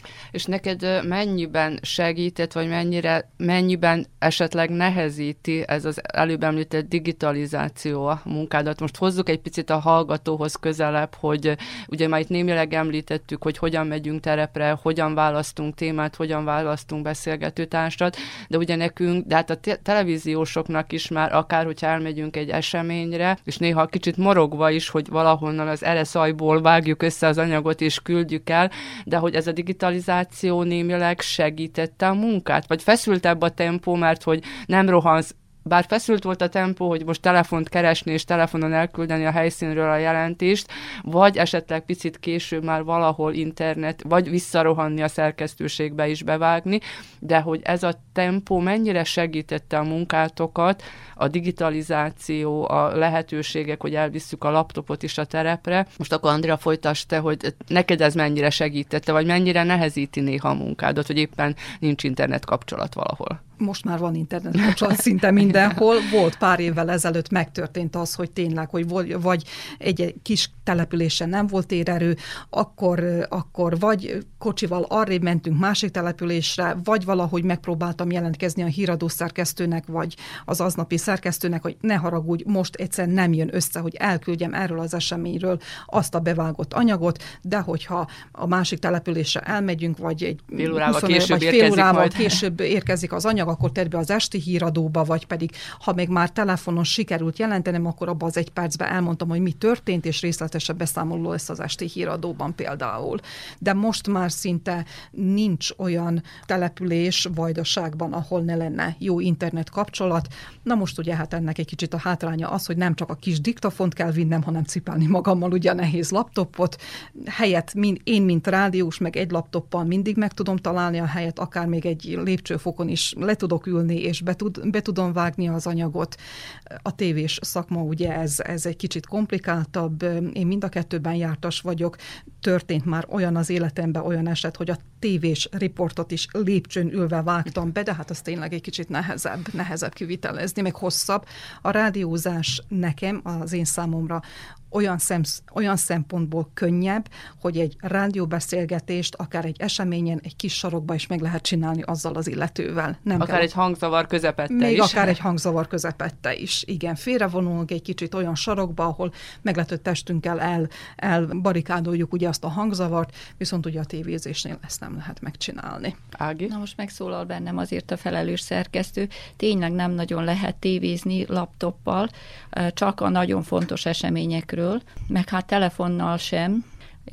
És neked mennyiben segített, vagy mennyire, mennyiben esetleg nehezíti ez az előbb említett digitalizáció a munkádat? Most hozzuk egy picit a hallgatóhoz közelebb, hogy ugye már itt némileg említettük, hogy hogyan megyünk terepre, hogyan választunk témát, hogyan választunk beszélgetőtársat, de ugye nekünk, de hát a te- televíziósoknak is már akár, hogyha elmegyünk egy eseményre, és néha kicsit morogva is, hogy valahonnan az ereszajból vágjuk össze az anyagot és küldjük el, de hogy ez a digitalizáció némileg segítette a munkát? Vagy feszültebb a tempó, mert hogy nem rohansz, bár feszült volt a tempó, hogy most telefont keresni és telefonon elküldeni a helyszínről a jelentést, vagy esetleg picit később már valahol internet, vagy visszarohanni a szerkesztőségbe is bevágni, de hogy ez a tempó mennyire segítette a munkátokat, a digitalizáció, a lehetőségek, hogy elvisszük a laptopot is a terepre. Most akkor Andrea, folytasd te, hogy neked ez mennyire segítette, vagy mennyire nehezíti néha a munkádat, hogy éppen nincs internet kapcsolat valahol. Most már van internet kapcsolat szinte mindenhol. Volt pár évvel ezelőtt megtörtént az, hogy tényleg, hogy vagy egy kis településen nem volt térerő, akkor, akkor vagy kocsival arrébb mentünk másik településre, vagy valahogy megpróbáltam jelentkezni a híradó szerkesztőnek, vagy az aznapi szerkesztőnek, hogy ne haragudj, most egyszerűen nem jön össze, hogy elküldjem erről az eseményről azt a bevágott anyagot, de hogyha a másik településre elmegyünk, vagy egy fél órával, huszonöt, később, vagy fél órával majd. később érkezik az anyag, akkor tedd be az esti híradóba, vagy pedig, ha még már telefonon sikerült jelentenem, akkor abban az egy percben elmondtam, hogy mi történt, és részletesebb beszámoló lesz az esti híradóban például. De most már szinte nincs olyan település Vajdaságban, ahol ne lenne jó internet kapcsolat. Na most ugye hát ennek egy kicsit a hátránya az, hogy nem csak a kis diktafont kell vinnem, hanem cipelni magammal ugye a nehéz laptopot. Helyett mind, én, mint rádiós, meg egy laptoppal mindig meg tudom találni a helyet, akár még egy lépcsőfokon is le tudok ülni, és be, tud, be tudom vágni az anyagot. A tévés szakma ugye ez, ez egy kicsit komplikáltabb. Én mind a kettőben jártas vagyok. Történt már olyan az életemben olyan eset, hogy a tévés riportot is lépcsőn ülve vágtam be, de hát az tényleg egy kicsit nehezebb, nehezebb kivitelezni, meg hosszabb. A rádiózás nekem, az én számomra olyan, szemsz, olyan szempontból könnyebb, hogy egy rádióbeszélgetést akár egy eseményen, egy kis sarokba is meg lehet csinálni azzal az illetővel. Nem akár kell, egy hangzavar közepette még is. Még akár egy hangzavar közepette is. Igen, félrevonulunk egy kicsit olyan sarokba, ahol megletett testünkkel el, elbarikádoljuk ugye azt a hangzavart, viszont ugye a tévézésnél ezt nem lehet megcsinálni. Ági? Na most megszólal bennem azért a felelős szerkesztő. Tényleg nem nagyon lehet tévézni laptoppal, csak a nagyon fontos eseményekről, meg hát telefonnal sem.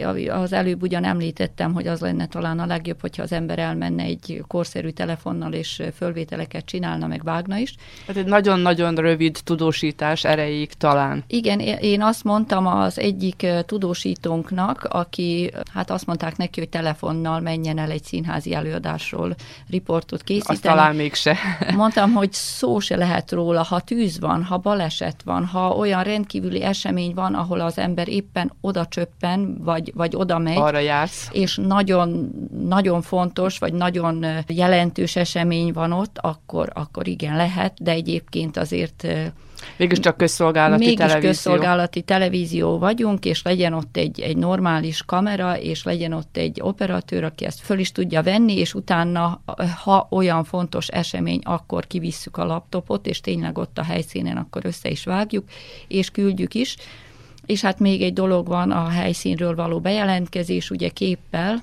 Az előbb ugyan említettem, hogy az lenne talán a legjobb, hogyha az ember elmenne egy korszerű telefonnal, és fölvételeket csinálna, meg vágna is. Hát egy nagyon-nagyon rövid tudósítás erejéig talán. Igen, én azt mondtam az egyik tudósítónknak, aki, hát azt mondták neki, hogy telefonnal menjen el egy színházi előadásról riportot készíteni. Azt talán mégse. Mondtam, hogy szó se lehet róla, ha tűz van, ha baleset van, ha olyan rendkívüli esemény van, ahol az ember éppen oda csöppen, vagy, vagy oda megy. Arra jársz. És nagyon, nagyon fontos, vagy nagyon jelentős esemény van ott, akkor, akkor igen lehet, de egyébként azért mégis csak közszolgálati mégis televízió. közszolgálati televízió vagyunk, és legyen ott egy, egy normális kamera, és legyen ott egy operatőr, aki ezt föl is tudja venni, és utána, ha olyan fontos esemény, akkor kivisszük a laptopot, és tényleg ott a helyszínen akkor össze is vágjuk, és küldjük is. És hát még egy dolog van, a helyszínről való bejelentkezés, ugye képpel,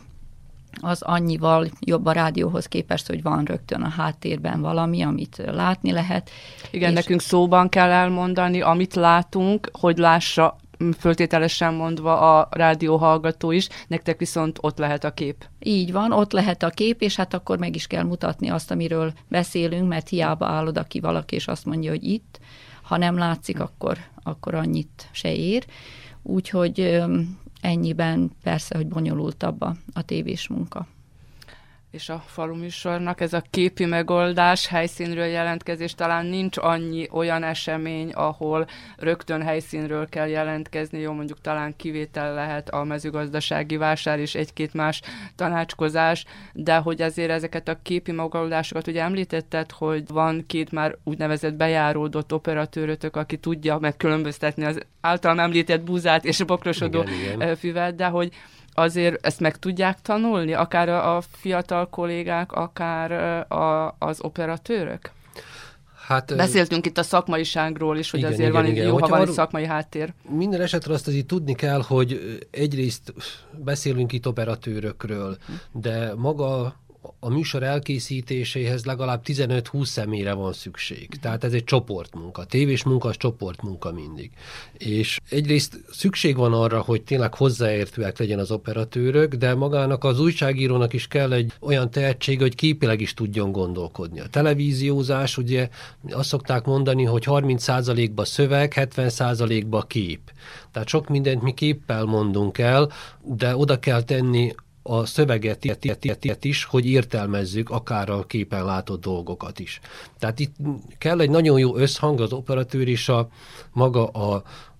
az annyival jobb a rádióhoz képest, hogy van rögtön a háttérben valami, amit látni lehet. Igen, nekünk szóban kell elmondani, amit látunk, hogy lássa föltételesen mondva a rádióhallgató is, nektek viszont ott lehet a kép. Így van, ott lehet a kép, és hát akkor meg is kell mutatni azt, amiről beszélünk, mert hiába áll oda ki valaki, és azt mondja, hogy itt, ha nem látszik, akkor, akkor annyit se ér. Úgyhogy ennyiben persze, hogy bonyolultabb a, a tévés munka. És a faluműsornak ez a képi megoldás, helyszínről jelentkezés, talán nincs annyi olyan esemény, ahol rögtön helyszínről kell jelentkezni, jó, mondjuk talán kivétel lehet a mezőgazdasági vásár és egy-két más tanácskozás, de hogy azért ezeket a képi megoldásokat, ugye említetted, hogy van két már úgynevezett bejáródott operatőrötök, aki tudja megkülönböztetni az általam említett búzát és a bokrosodó igen, igen. füvet, de hogy azért ezt meg tudják tanulni, akár a fiatal kollégák, akár a, az operatőrök? Hát, Beszéltünk itt a szakmaiságról is, hogy igen, azért igen, van igen. jó, ha van egy szakmai háttér. Minden esetre azt azért tudni kell, hogy egyrészt beszélünk itt operatőrökről, de maga a műsor elkészítéséhez legalább tizenöt-húsz személyre van szükség. Tehát ez egy csoportmunka. Tévés munka, az csoportmunka mindig. És egyrészt szükség van arra, hogy tényleg hozzáértőek legyen az operatőrök, de magának az újságírónak is kell egy olyan tehetség, hogy képileg is tudjon gondolkodni. A televíziózás, ugye azt szokták mondani, hogy harminc százalékba szöveg, hetven százalékba kép. Tehát sok mindent mi képpel mondunk el, de oda kell tenni a szöveget is, hogy értelmezzük akár a képen látott dolgokat is. Tehát itt kell egy nagyon jó összhang az operatőr és a maga a,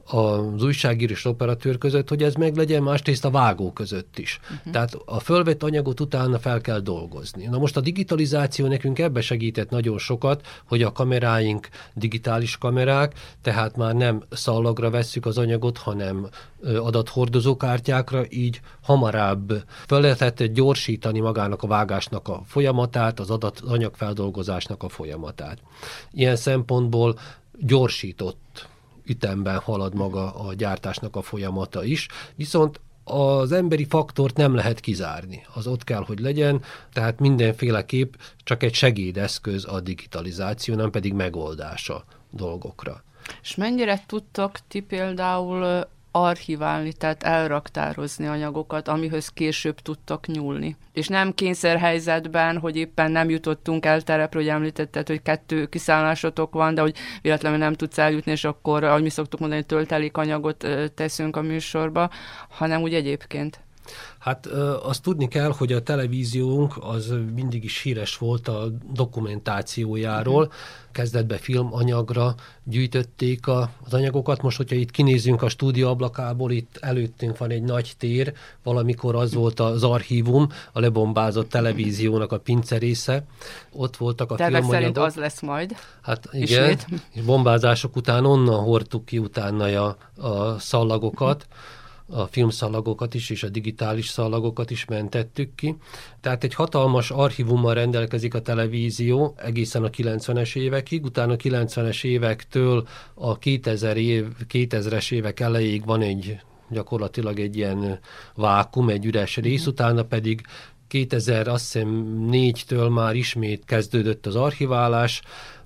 az újságíró és operatőr között, hogy ez meglegyen, másrészt a vágó között is. Uh-huh. Tehát a fölvett anyagot utána fel kell dolgozni. Na most a digitalizáció nekünk ebbe segített nagyon sokat, hogy a kameráink digitális kamerák, tehát már nem szallagra vesszük az anyagot, hanem adathordozókártyákra, így hamarabb fel lehetett gyorsítani magának a vágásnak a folyamatát, az adat az anyagfeldolgozásnak a folyamatát. Ilyen szempontból gyorsított ütemben halad maga a gyártásnak a folyamata is, viszont az emberi faktort nem lehet kizárni. Az ott kell, hogy legyen, tehát mindenféleképp csak egy segédeszköz a digitalizáció, nem pedig megoldása dolgokra. És mennyire tudtok ti például archiválni, tehát elraktározni anyagokat, amihez később tudtak nyúlni. És nem kényszerhelyzetben, hogy éppen nem jutottunk el terepre, hogy említetted, hogy kettő kiszállásotok van, de hogy véletlenül nem tudsz eljutni, és akkor, ahogy mi szoktuk mondani, töltelék anyagot teszünk a műsorba, hanem úgy egyébként. Hát azt tudni kell, hogy a televíziónk az mindig is híres volt a dokumentációjáról. Uh-huh. Kezdetben filmanyagra gyűjtötték a, az anyagokat. Most, hogyha itt kinézünk a stúdió ablakából, itt előttünk van egy nagy tér, valamikor az volt az archívum, a lebombázott televíziónak a pincerésze. Ott voltak a Tervek filmanyagok. szerint az lesz majd. Hát igen, ismét. És bombázások után onnan hordtuk ki utána a, a szallagokat. Uh-huh. A filmszallagokat is, és a digitális szallagokat is mentettük ki. Tehát egy hatalmas archívummal rendelkezik a televízió egészen a kilencvenes évekig, utána a kilencvenes évektől a kétezer év, kétezres évek elejéig van egy gyakorlatilag egy ilyen vákum, egy üres rész, utána pedig kétezer, azt hiszem négytől már ismét kezdődött az archiválás,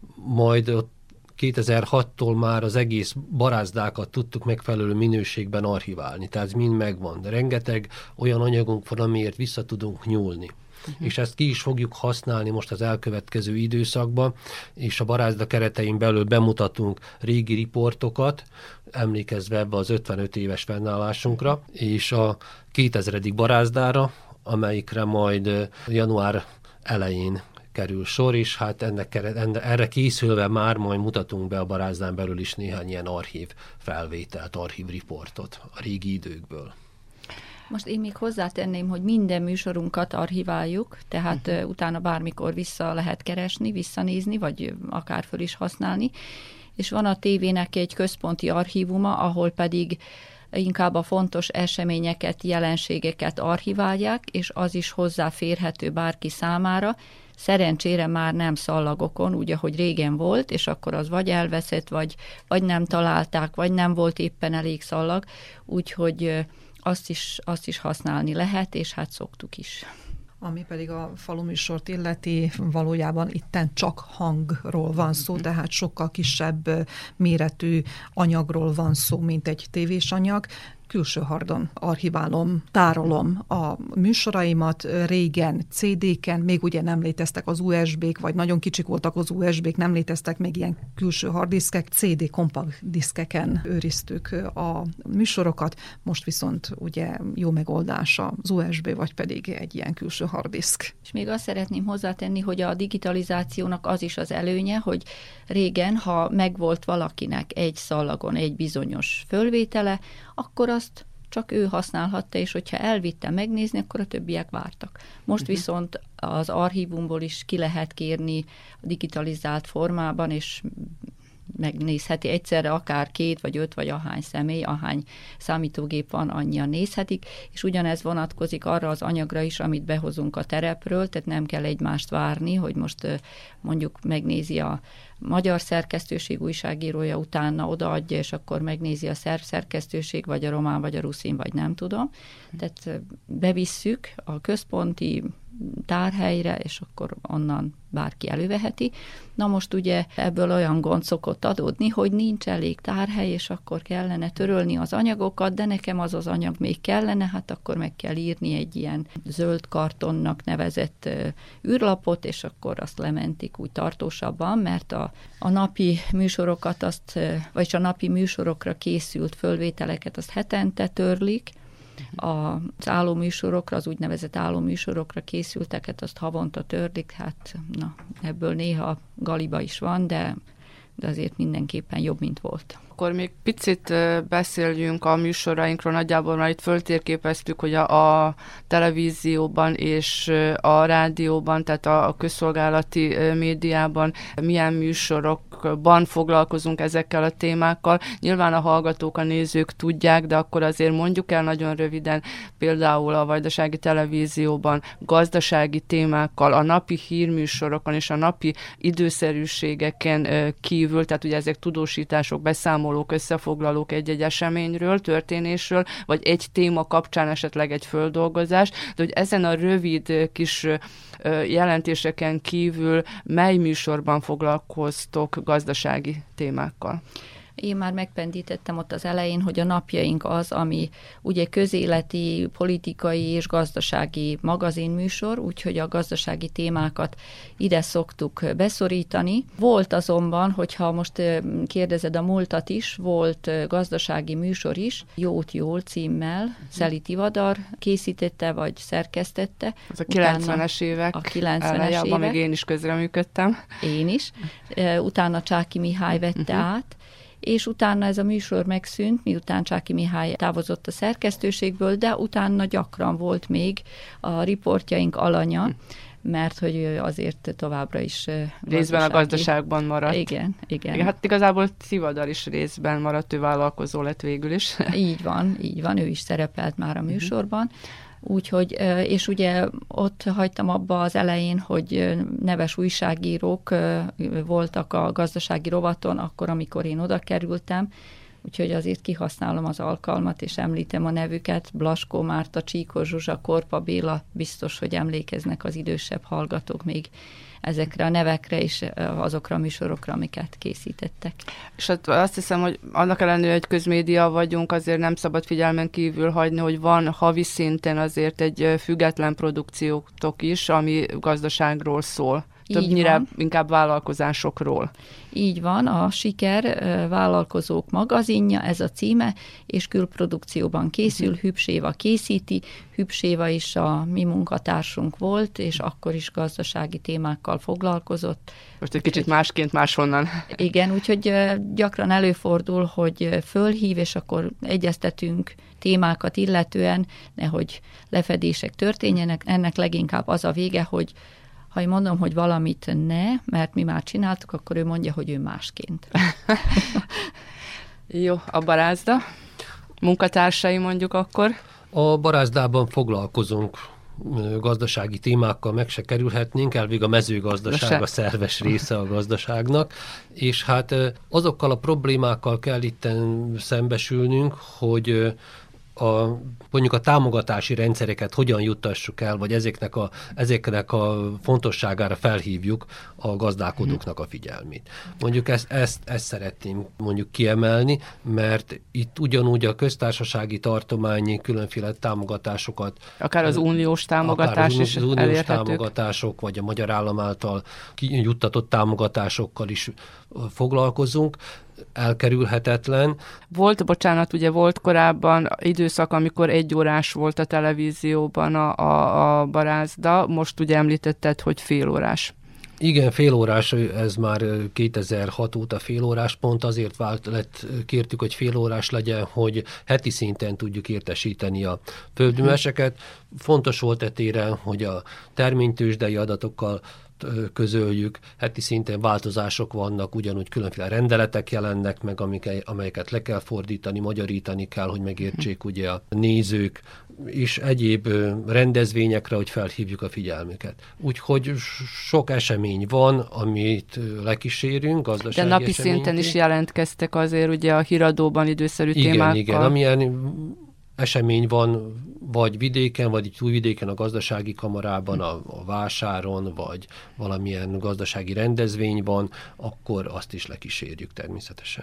majd ott kétezer-hattól már az egész barázdákat tudtuk megfelelő minőségben archiválni, tehát mind megvan. De rengeteg olyan anyagunk van, amiért vissza tudunk nyúlni. Uh-huh. És ezt ki is fogjuk használni most az elkövetkező időszakban, és a barázda keretein belül bemutatunk régi riportokat, emlékezve ebbe az ötvenöt éves fennállásunkra, és a kétezredik barázdára, amelyikre majd január elején kerül sor, és hát ennek, erre készülve már majd mutatunk be a barázdán belül is néhány ilyen archív felvételt, archív riportot a régi időkből. Most én még hozzátenném, hogy minden műsorunkat archiváljuk, tehát uh-huh. utána bármikor vissza lehet keresni, visszanézni, vagy akár föl is használni, és van a tévének egy központi archívuma, ahol pedig inkább a fontos eseményeket, jelenségeket archiválják, és az is hozzáférhető bárki számára. Szerencsére már nem szallagokon, úgy, ahogy régen volt, és akkor az vagy elveszett, vagy, vagy nem találták, vagy nem volt éppen elég szallag, úgyhogy azt is, azt is használni lehet, és hát szoktuk is. Ami pedig a faluműsort illeti, valójában itten csak hangról van szó, tehát sokkal kisebb méretű anyagról van szó, mint egy tévés anyag. Külső hardon archiválom, tárolom a műsoraimat, régen cé dé-ken, még ugye nem léteztek az u es bé-k, vagy nagyon kicsik voltak az u es bé-k, nem léteztek még ilyen külső harddiszkek, cé dé kompakt diszkeken őriztük a műsorokat, most viszont ugye jó megoldás az u es bé, vagy pedig egy ilyen külső harddiszk. És még azt szeretném hozzátenni, hogy a digitalizációnak az is az előnye, hogy régen, ha megvolt valakinek egy szallagon egy bizonyos fölvétele, akkor azt csak ő használhatta, és hogyha elvitte megnézni, akkor a többiek vártak. Most uh-huh. viszont az archívumból is ki lehet kérni a digitalizált formában, és megnézheti egyszerre, akár két, vagy öt, vagy ahány személy, ahány számítógép van, annyian nézhetik, és ugyanez vonatkozik arra az anyagra is, amit behozunk a terepről, tehát nem kell egymást várni, hogy most mondjuk megnézi a magyar szerkesztőség újságírója, utána odaadja, és akkor megnézi a szerb szerkesztőség, vagy a román, vagy a ruszin, vagy nem tudom. Tehát bevisszük a központi tárhelyre, és akkor onnan bárki előveheti. Na most ugye ebből olyan gond szokott adódni, hogy nincs elég tárhely, és akkor kellene törölni az anyagokat, de nekem az az anyag még kellene, hát akkor meg kell írni egy ilyen zöld kartonnak nevezett űrlapot, és akkor azt lementik úgy tartósabban, mert a, a napi műsorokat, azt, vagyis a napi műsorokra készült fölvételeket azt hetente törlik, az állóműsorokra, az úgynevezett állóműsorokra készülteket, azt havonta törlik, hát na, ebből néha galiba is van, de, de azért mindenképpen jobb, mint volt. Akkor még picit beszéljünk a műsorainkról, nagyjából már itt föltérképeztük, hogy a, a televízióban és a rádióban, tehát a, a közszolgálati médiában milyen műsorokban foglalkozunk ezekkel a témákkal. Nyilván a hallgatók, a nézők tudják, de akkor azért mondjuk el nagyon röviden, például a Vajdasági Televízióban gazdasági témákkal, a napi hírműsorokon és a napi időszerűségeken kívül, tehát ugye ezek tudósítások, beszámolók, összefoglalók egy-egy eseményről, történésről, vagy egy téma kapcsán esetleg egy földolgozás, de hogy ezen a rövid kis jelentéseken kívül mely műsorban foglalkoztok gazdasági témákkal? Én már megpendítettem ott az elején, hogy a napjaink az, ami ugye közéleti, politikai és gazdasági magazinműsor, úgyhogy a gazdasági témákat ide szoktuk beszorítani. Volt azonban, hogyha most kérdezed a múltat is, volt gazdasági műsor is, Jót Jól címmel, Szeli Tivadar készítette vagy szerkesztette. Az a kilencvenes évek a kilencvenes eleje, abban évek. még én is közreműködtem. Én is. Utána Csáky Mihály vette uh-huh. át, és utána ez a műsor megszűnt, miután Csáky Mihály távozott a szerkesztőségből, de utána gyakran volt még a riportjaink alanya, mert hogy azért továbbra is gazdasági... Részben a gazdaságban maradt. Igen, igen. igen hát igazából Tivadar is részben maradt, ő vállalkozó lett végül is. Így van, így van, ő is szerepelt már a műsorban. Uh-huh. Úgyhogy, és ugye ott hagytam abba az elején, hogy neves újságírók voltak a gazdasági rovaton, akkor, amikor én oda kerültem, úgyhogy azért kihasználom az alkalmat, és említem a nevüket, Blaskó Márta, Csíkos Zsuzsa, Korpa Béla, biztos, hogy emlékeznek az idősebb hallgatók még ezekre a nevekre és azokra a műsorokra, amiket készítettek. És hát azt hiszem, hogy annak ellenére, hogy közmédia vagyunk, azért nem szabad figyelmen kívül hagyni, hogy van havi szinten azért egy független produkciótok is, ami gazdaságról szól. Többnyire inkább vállalkozásokról. Így van, a Siker vállalkozók magazinja, ez a címe, és külprodukcióban készül, Hübs Éva készíti, Hübs Éva is a mi munkatársunk volt, és akkor is gazdasági témákkal foglalkozott. Most egy kicsit másként máshonnan. Igen, úgyhogy gyakran előfordul, hogy fölhív, és akkor egyeztetünk témákat illetően, nehogy lefedések történjenek. Ennek leginkább az a vége, hogy ha én mondom, hogy valamit ne, mert mi már csináltuk, akkor ő mondja, hogy ő másként. Jó, a barázda. Munkatársai mondjuk akkor? A barázdában foglalkozunk gazdasági témákkal, meg se kerülhetnénk, elvég a mezőgazdaság a szerves része a gazdaságnak, és hát azokkal a problémákkal kell itten szembesülnünk, hogy a, mondjuk a támogatási rendszereket hogyan juttassuk el, vagy ezeknek a, ezeknek a fontosságára felhívjuk a gazdálkodóknak a figyelmét. Mondjuk ezt, ezt, ezt szeretném mondjuk kiemelni, mert itt ugyanúgy a köztársasági tartományi különféle támogatásokat, akár az uniós támogatás akár az is uniós elérhetők. támogatások, vagy a magyar állam által juttatott támogatásokkal is foglalkozunk, elkerülhetetlen. Volt, bocsánat, ugye volt korábban időszak, amikor egy órás volt a televízióban a, a, a barázda, most ugye említetted, hogy fél órás. Igen, félórás, ez már kétezer-hat óta félórás, pont azért vált, lett, kértük, hogy félórás legyen, hogy heti szinten tudjuk értesíteni a földműveseket. Fontos volt e téren, hogy a terménytőzsdei adatokkal közöljük, heti szinten változások vannak, ugyanúgy különféle rendeletek jelennek meg, amelyeket le kell fordítani, magyarítani kell, hogy megértsék ugye a nézők, és egyéb rendezvényekre, hogy felhívjuk a figyelmüket. Úgyhogy sok esemény van, amit lekísérünk, gazdasági De napi eseményként. szinten is jelentkeztek azért ugye a híradóban időszerű igen, témákkal. Igen, amilyen esemény van, vagy vidéken, vagy itt Újvidéken a gazdasági kamarában, a, a vásáron, vagy valamilyen gazdasági rendezvény van, akkor azt is lekísérjük természetesen.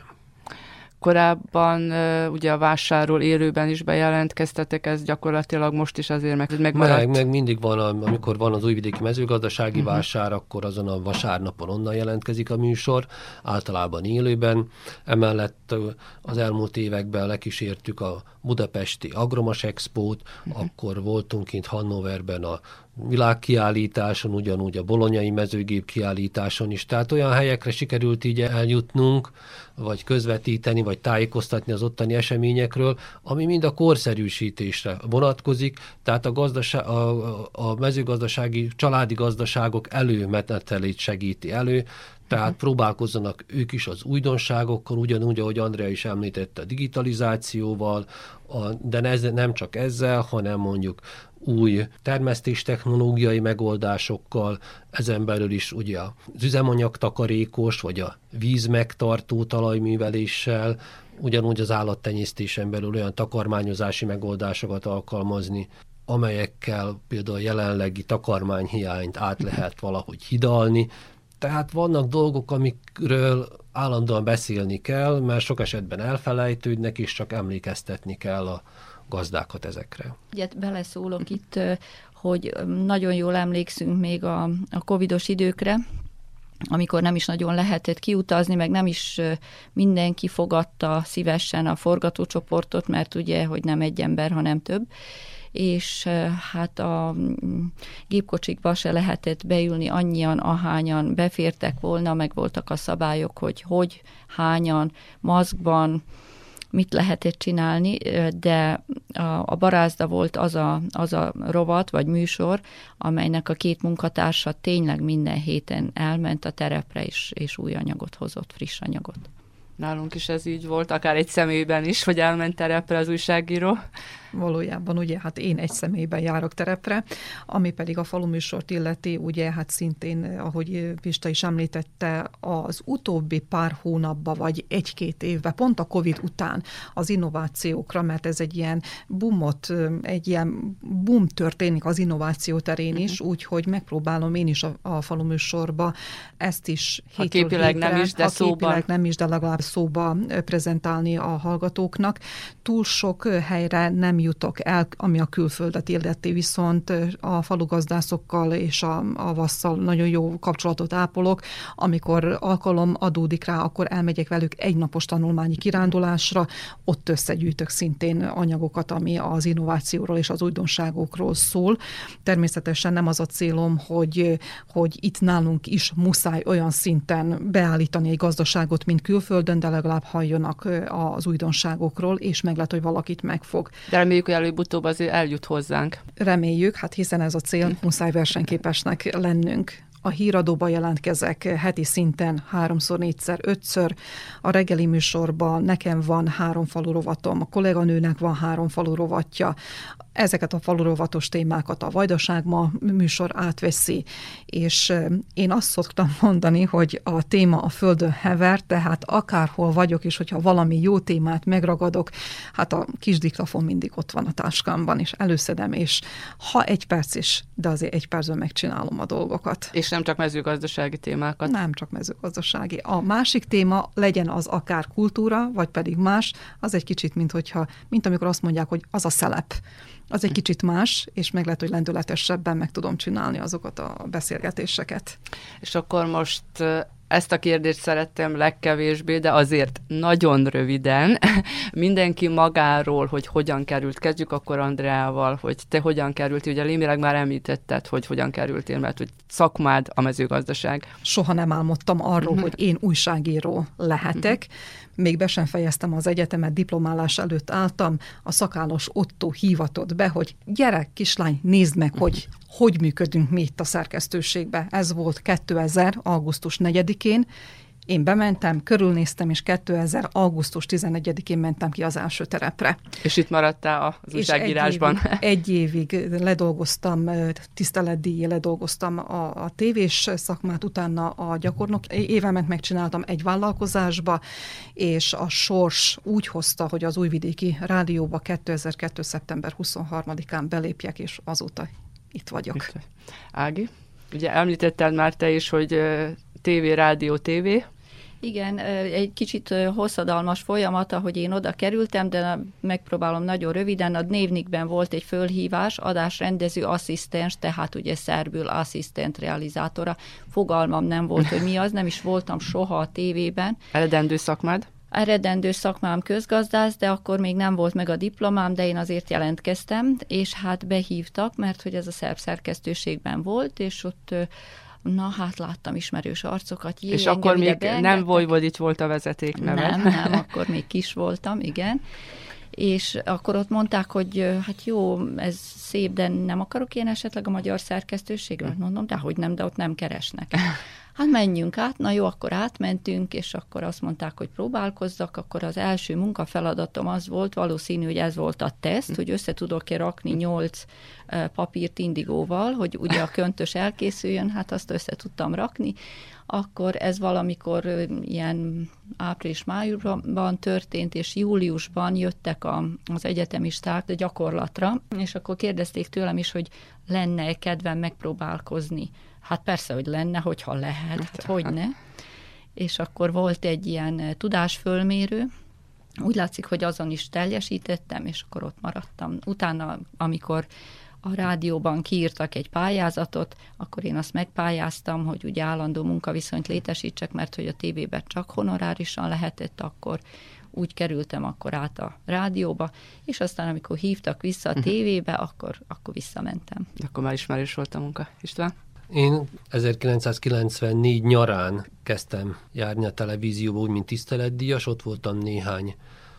Korábban ugye a vásárról élőben is bejelentkeztetek, ez gyakorlatilag most is azért meg, megmaradt. Meg, meg mindig van, amikor van az újvidéki mezőgazdasági uh-huh. vásár, akkor azon a vasárnapon onnan jelentkezik a műsor, általában élőben. Emellett az elmúlt években lekísértük a budapesti Agromas Expót, uh-huh. akkor voltunk kint Hannoverben a világkiállításon, ugyanúgy a bolonyai mezőgép kiállításon is. Tehát olyan helyekre sikerült így eljutnunk, vagy közvetíteni, vagy tájékoztatni az ottani eseményekről, ami mind a korszerűsítésre vonatkozik, tehát a, gazdaság, a, a mezőgazdasági, családi gazdaságok előmenetelét segíti elő, tehát próbálkozzanak ők is az újdonságokkal, ugyanúgy, ahogy Andrea is említette, a digitalizációval, a, de ez, nem csak ezzel, hanem mondjuk új termesztéstechnológiai megoldásokkal, ezen belül is ugye az üzemanyagtakarékos, vagy a vízmegtartó talajműveléssel, ugyanúgy az állattenyésztésen belül olyan takarmányozási megoldásokat alkalmazni, amelyekkel például a jelenlegi takarmányhiányt át lehet valahogy hidalni. Tehát vannak dolgok, amikről állandóan beszélni kell, mert sok esetben elfelejtődnek, és csak emlékeztetni kell a gazdákat ezekre. Ugye beleszólok itt, hogy nagyon jól emlékszünk még a, a covidos időkre, amikor nem is nagyon lehetett kiutazni, meg nem is mindenki fogadta szívesen a forgatócsoportot, mert ugye, hogy nem egy ember, hanem több, és hát a gépkocsikba se lehetett beülni annyian, ahányan befértek volna, meg voltak a szabályok, hogy hogy, hányan, maszkban, mit lehetett csinálni, de a, a Barázda volt az a, az a rovat, vagy műsor, amelynek a két munkatársa tényleg minden héten elment a terepre, és, és új anyagot hozott, friss anyagot. Nálunk is ez így volt, akár egy személyben is, hogy elment terepre az újságíró. Valójában ugye, hát én egy személyben járok terepre, ami pedig a faluműsort illeti, ugye, hát szintén, ahogy Pista is említette, az utóbbi pár hónapban, vagy egy-két évben, pont a Covid után az innovációkra, mert ez egy ilyen boomot, egy ilyen boom történik az innováció terén is, uh-huh. úgyhogy megpróbálom én is a, a faluműsorba ezt is ha képileg hétre, nem is, de ha szóban. képileg nem is, de legalább szóba prezentálni a hallgatóknak. Túl sok helyre nem jutok el, ami a külföldet illeti, viszont a falugazdászokkal és a, a vasszal nagyon jó kapcsolatot ápolok. Amikor alkalom adódik rá, akkor elmegyek velük egynapos tanulmányi kirándulásra, ott összegyűjtök szintén anyagokat, ami az innovációról és az újdonságokról szól. Természetesen nem az a célom, hogy, hogy itt nálunk is muszáj olyan szinten beállítani egy gazdaságot, mint külföldön, de legalább halljanak az újdonságokról, és meg lehet, hogy valakit megfog. De reméljük, hogy előbb-utóbb azért eljut hozzánk. Reméljük, hát hiszen ez a cél, muszáj versenyképesnek lennünk. A híradóba jelentkezek heti szinten háromszor, négyszer, ötször. A reggeli műsorban nekem van három falurovatom, a kolléganőnek van három falurovatja. Ezeket a falurovatos témákat a Vajdaság ma műsor átveszi, és én azt szoktam mondani, hogy a téma a földön hever, tehát akárhol vagyok, és hogyha valami jó témát megragadok, hát a kis diktafon mindig ott van a táskámban, és előszedem, és ha egy perc is, de azért egy percben megcsinálom a dolgokat. És nem csak mezőgazdasági témákat. Nem csak mezőgazdasági. A másik téma legyen az akár kultúra, vagy pedig más, az egy kicsit, mint hogyha, mint amikor azt mondják, hogy az a szelep. Az egy kicsit más, és meg lehet, hogy lendületesebben meg tudom csinálni azokat a beszélgetéseket. És akkor most Ezt a kérdést szerettem legkevésbé, de azért nagyon röviden. Mindenki magáról, hogy hogyan került. Kezdjük akkor Andreával, hogy te hogyan kerültél. Ugye némileg már említetted, hogy hogyan kerültél, mert hogy szakmád a mezőgazdaság. Soha nem álmodtam arról, uh-huh. hogy én újságíró lehetek. Uh-huh. Még be sem fejeztem az egyetemet, diplomálás előtt álltam, a szakállas Otto hívatott be, hogy gyere, kislány, nézd meg, uh-huh. hogy hogy működünk mi itt a szerkesztőségbe. Ez volt kétezer. augusztus negyedikén. Én bementem, körülnéztem, és kétezer. augusztus tizenegyedikén mentem ki az első terepre. És itt maradtál az újságírásban. Egy évig, egy évig ledolgoztam, tiszteletdíjjal ledolgoztam a, a tévés szakmát, utána a gyakornok évemet megcsináltam egy vállalkozásba, és a sors úgy hozta, hogy az Újvidéki Rádióba kétezer-kettő. szeptember huszonharmadikán belépjek, és azóta itt vagyok. Ági, ugye említetted már te is, hogy tévé, rádió, tévé. Igen, egy kicsit hosszadalmas folyamat, ahogy én oda kerültem, de megpróbálom nagyon röviden. A Dnevnikben volt egy fölhívás, adásrendező asszisztens, tehát ugye szerbül asszisztent realizátora. Fogalmam nem volt, hogy mi az, nem is voltam soha a tévében. Eredendő szakmád? Eredendő szakmám közgazdász, de akkor még nem volt meg a diplomám, de én azért jelentkeztem, és hát behívtak, mert hogy ez a szerb szerkesztőségben volt, és ott na hát láttam ismerős arcokat. Jé, és akkor még nem Vojvodics volt a vezeték neve. Nem, nem, akkor még kis voltam, igen. És akkor ott mondták, hogy hát jó, ez szép, de nem akarok én esetleg a magyar szerkesztőségre? Mondom, de hogy nem, de ott nem keresnek. Hát menjünk át, na jó, akkor átmentünk, és akkor azt mondták, hogy próbálkozzak, akkor az első munkafeladatom az volt, valószínű, hogy ez volt a teszt, hogy össze tudok-e rakni nyolc papírt indigóval, hogy ugye a köntös elkészüljön, hát azt össze tudtam rakni, akkor ez valamikor ilyen április-májusban történt, és júliusban jöttek a, az egyetemisták gyakorlatra, és akkor kérdezték tőlem is, hogy lenne kedvem megpróbálkozni. Hát persze, hogy lenne, hogyha lehet, hát hogyne. És akkor volt egy ilyen tudásfölmérő, úgy látszik, hogy azon is teljesítettem, és akkor ott maradtam. Utána, amikor a rádióban kiírtak egy pályázatot, akkor én azt megpályáztam, hogy ugye állandó munkaviszonyt létesítsek, mert hogy a tévében csak honorárisan lehetett, akkor úgy kerültem akkor át a rádióba, és aztán amikor hívtak vissza a tévébe, akkor, akkor visszamentem. Akkor már ismerős volt a munka. István? Én ezerkilencszázkilencvennégy nyarán kezdtem járni a televízióba, úgy, mint tiszteletdíjas, ott voltam néhány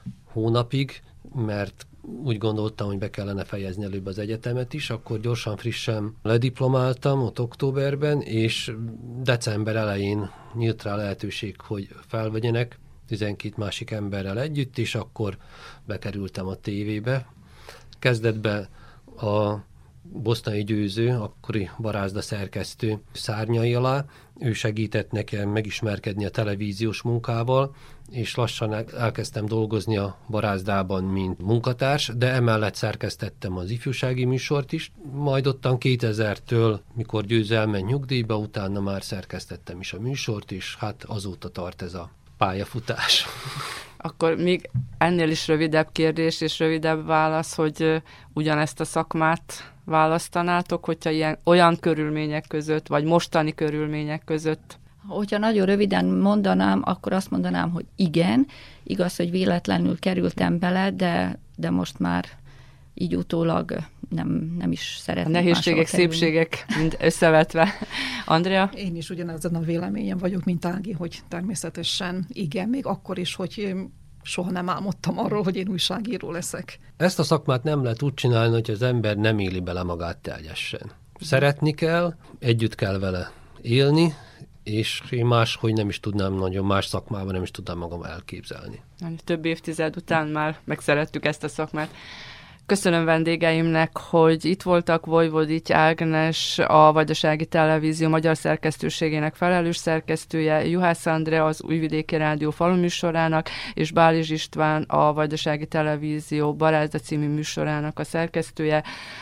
hónapig, mert úgy gondoltam, hogy be kellene fejezni előbb az egyetemet is, akkor gyorsan, frissen lediplomáltam ott októberben, és december elején nyílt rá lehetőség, hogy felvegyenek tizenkét másik emberrel együtt, és akkor bekerültem a tévébe. Kezdetben a Bosztani Győző, akkori barázda szerkesztő szárnyai alá. Ő segített nekem megismerkedni a televíziós munkával, és lassan elkezdtem dolgozni a barázdában, mint munkatárs, de emellett szerkesztettem az ifjúsági műsort is. Majd ottan kétezertől, mikor Győző elment nyugdíjba, utána már szerkesztettem is a műsort, és hát azóta tart ez a pályafutás. Akkor még ennél is rövidebb kérdés és rövidebb válasz, hogy ugyanezt a szakmát választanátok, hogyha ilyen, olyan körülmények között, vagy mostani körülmények között? Hogyha nagyon röviden mondanám, akkor azt mondanám, hogy igen. Igaz, hogy véletlenül kerültem bele, de, de most már így utólag nem, nem is szeretném. A nehézségek, szépségek mind összevetve. Andrea? Én is ugyanezen a véleményem vagyok, mint Ági, hogy természetesen igen, még akkor is, hogy soha nem álmodtam arról, hogy én újságíró leszek. Ezt a szakmát nem lehet úgy csinálni, hogy az ember nem éli bele magát teljesen. Szeretni kell, együtt kell vele élni, és én máshogy nem is tudnám, nagyon más szakmában nem is tudnám magam elképzelni. Több évtized után már megszerettük ezt a szakmát. Köszönöm vendégeimnek, hogy itt voltak. Vojvodics Ágnes, a Vajdasági Televízió magyar szerkesztőségének felelős szerkesztője, Juhász Andrea, az Újvidéki Rádió faluműsorának, és Bálizs István, a Vajdasági Televízió Barázda című műsorának a szerkesztője.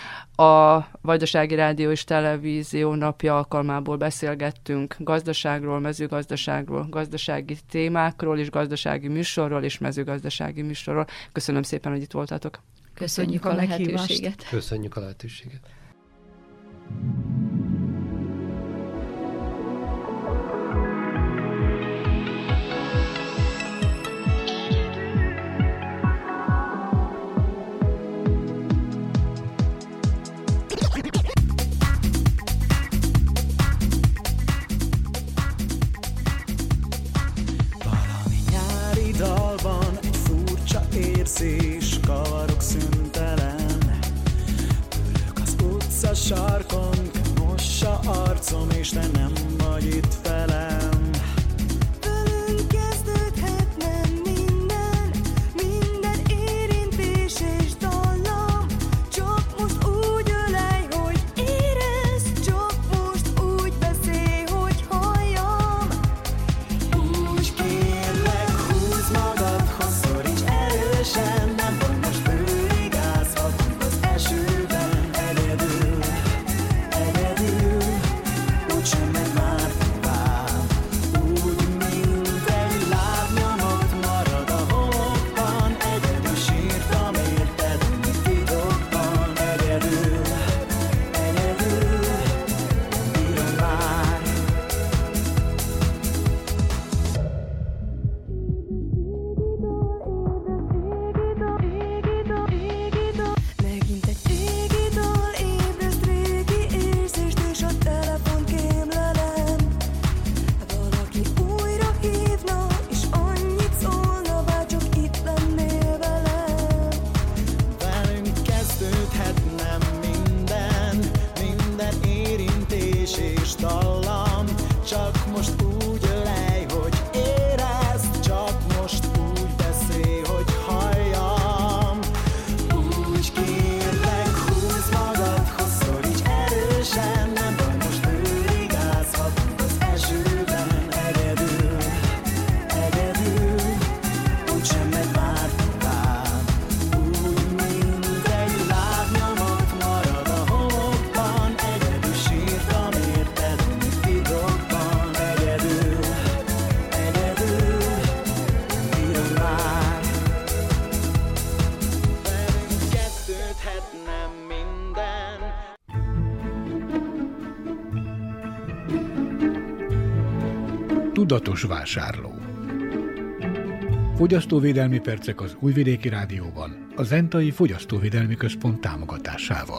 A Vajdasági Rádió és Televízió napja alkalmából beszélgettünk gazdaságról, mezőgazdaságról, gazdasági témákról és gazdasági műsorról és mezőgazdasági műsorról. Köszönöm szépen, hogy itt voltatok. Köszönjük, Köszönjük a, a lehetőséget. Köszönjük a lehetőséget. vagy itt velem. Velünk kezdődhetne minden, minden érintés és dallam. Csak most úgy ölej, hogy érezd, csak most úgy beszélj, hogy halljam. Úgy kérlek, húzd magadhoz, szoríts erősen, nem vagy most bőrig ázhatunk az esőben. Egyedül, egyedül, úgysem megy már tovább. Úgy, mint egy lábnyomot marad a homokban. Egyedül sírtam érted, mint titokban. Egyedül, egyedül, nem bírom már. Megint egy régi dal ébreszt régi érzést, és a telefon kémlelem. Valaki újra hívna, és annyit szólna, bárcsak itt lennél velem. Velünk kezdődhetne minden, minden érintés és dallam. Csak most úgy ölej, hogy érezd, csak most úgy beszélj, hogy halljam. Úgy kérlek, húzd magadhoz, szoríts erősen, nem vagy most bőrig ázhatunk az esőben. Egyedül, egyedül, úgysem megy már tovább. Úgy, mint egy lábnyomot marad a homokban. Egyedül sírtam érted, mint titokban. Egyedül, egyedül, nem bírom már. Velünk kezdődhetne minden. Tudatos vásárló. Fogyasztóvédelmi percek az Újvidéki Rádióban, a Zentai Fogyasztóvédelmi Központ támogatásával.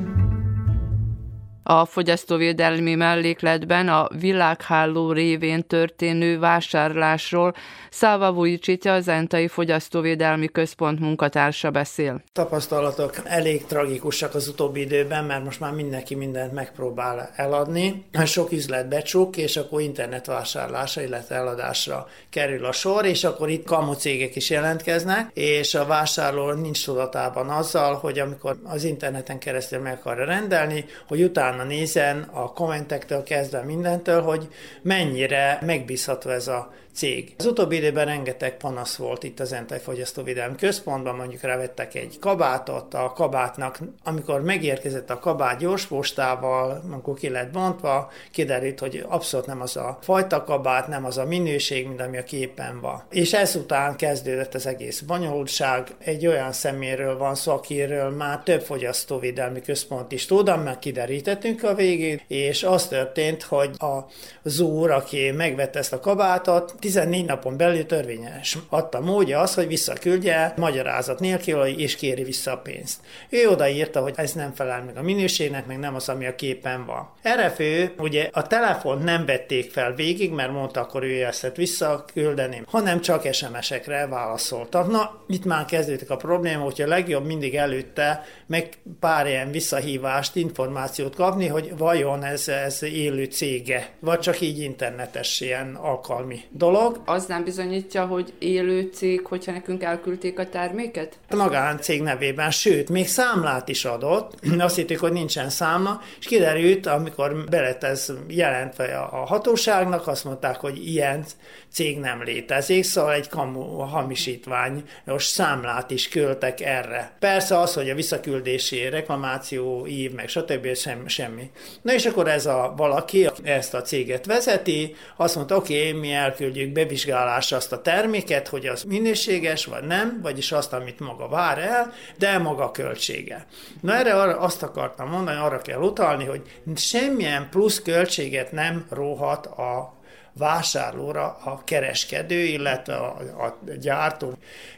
A fogyasztóvédelmi mellékletben a világháló révén történő vásárlásról Szálva Vujicitja, a Zentai Fogyasztóvédelmi Központ munkatársa beszél. Tapasztalatok elég tragikusak az utóbbi időben, mert most már mindenki mindent megpróbál eladni. Sok üzlet becsuk, és akkor internetvásárlásra, illetve eladásra kerül a sor, és akkor itt kamu cégek is jelentkeznek, és a vásárló nincs tudatában azzal, hogy amikor az interneten keresztül meg akarja rendelni, hogy utána nézen a kommentektől kezdve mindentől, hogy mennyire megbízható ez a cég. Az utóbbi időben rengeteg panasz volt itt az Zentai Fogyasztóvédelmi Központban, mondjuk rávettek egy kabátot, a kabátnak, amikor megérkezett a kabát gyorspostával, amikor ki lett bontva, kiderült, hogy abszolút nem az a fajta kabát, nem az a minőség, mint ami a képen van. És ezután kezdődött az egész bonyolultság. Egy olyan személyről van szó, akiről már több fogyasztóvédelmi központ is tud, mert kiderítettünk a végén, és az történt, hogy az úr, aki megvette ezt a kabátot, tizennégy napon belül törvényes adta módja az, hogy visszaküldje magyarázat nélkül, és kéri vissza a pénzt. Ő odaírta, hogy ez nem felel meg a minőségnek, meg nem az, ami a képen van. Erre fő, ugye a telefont nem vették fel végig, mert mondta, akkor ő ezt visszaküldeni, hanem csak es em es-ekre válaszoltak. Na, itt már kezdődik a probléma, hogy a legjobb mindig előtte meg pár ilyen visszahívást, információt kapni, hogy vajon ez, ez élő cége, vagy csak így internetes ilyen alkalmi dolog. Az nem bizonyítja, hogy élő cég, hogyha nekünk elküldték a terméket? A magáncég nevében, sőt, még számlát is adott, azt hittük, hogy nincsen számla, és kiderült, amikor be lett ez jelentve a hatóságnak, azt mondták, hogy ilyen cég nem létezik, szóval egy kamu hamisítványos számlát is küldtek erre. Persze az, hogy a visszaküldési reklamáció, ív, meg stb. Sem, semmi. Na és akkor ez a valaki ezt a céget vezeti, azt mondta, oké, okay, mi elküldjük bevizsgálásra azt a terméket, hogy az minőséges, vagy nem, vagyis azt, amit maga vár el, de maga költsége. Na erre arra azt akartam mondani, arra kell utalni, hogy semmilyen plusz költséget nem róhat a vásárlóra a kereskedő, illetve a, a gyártó.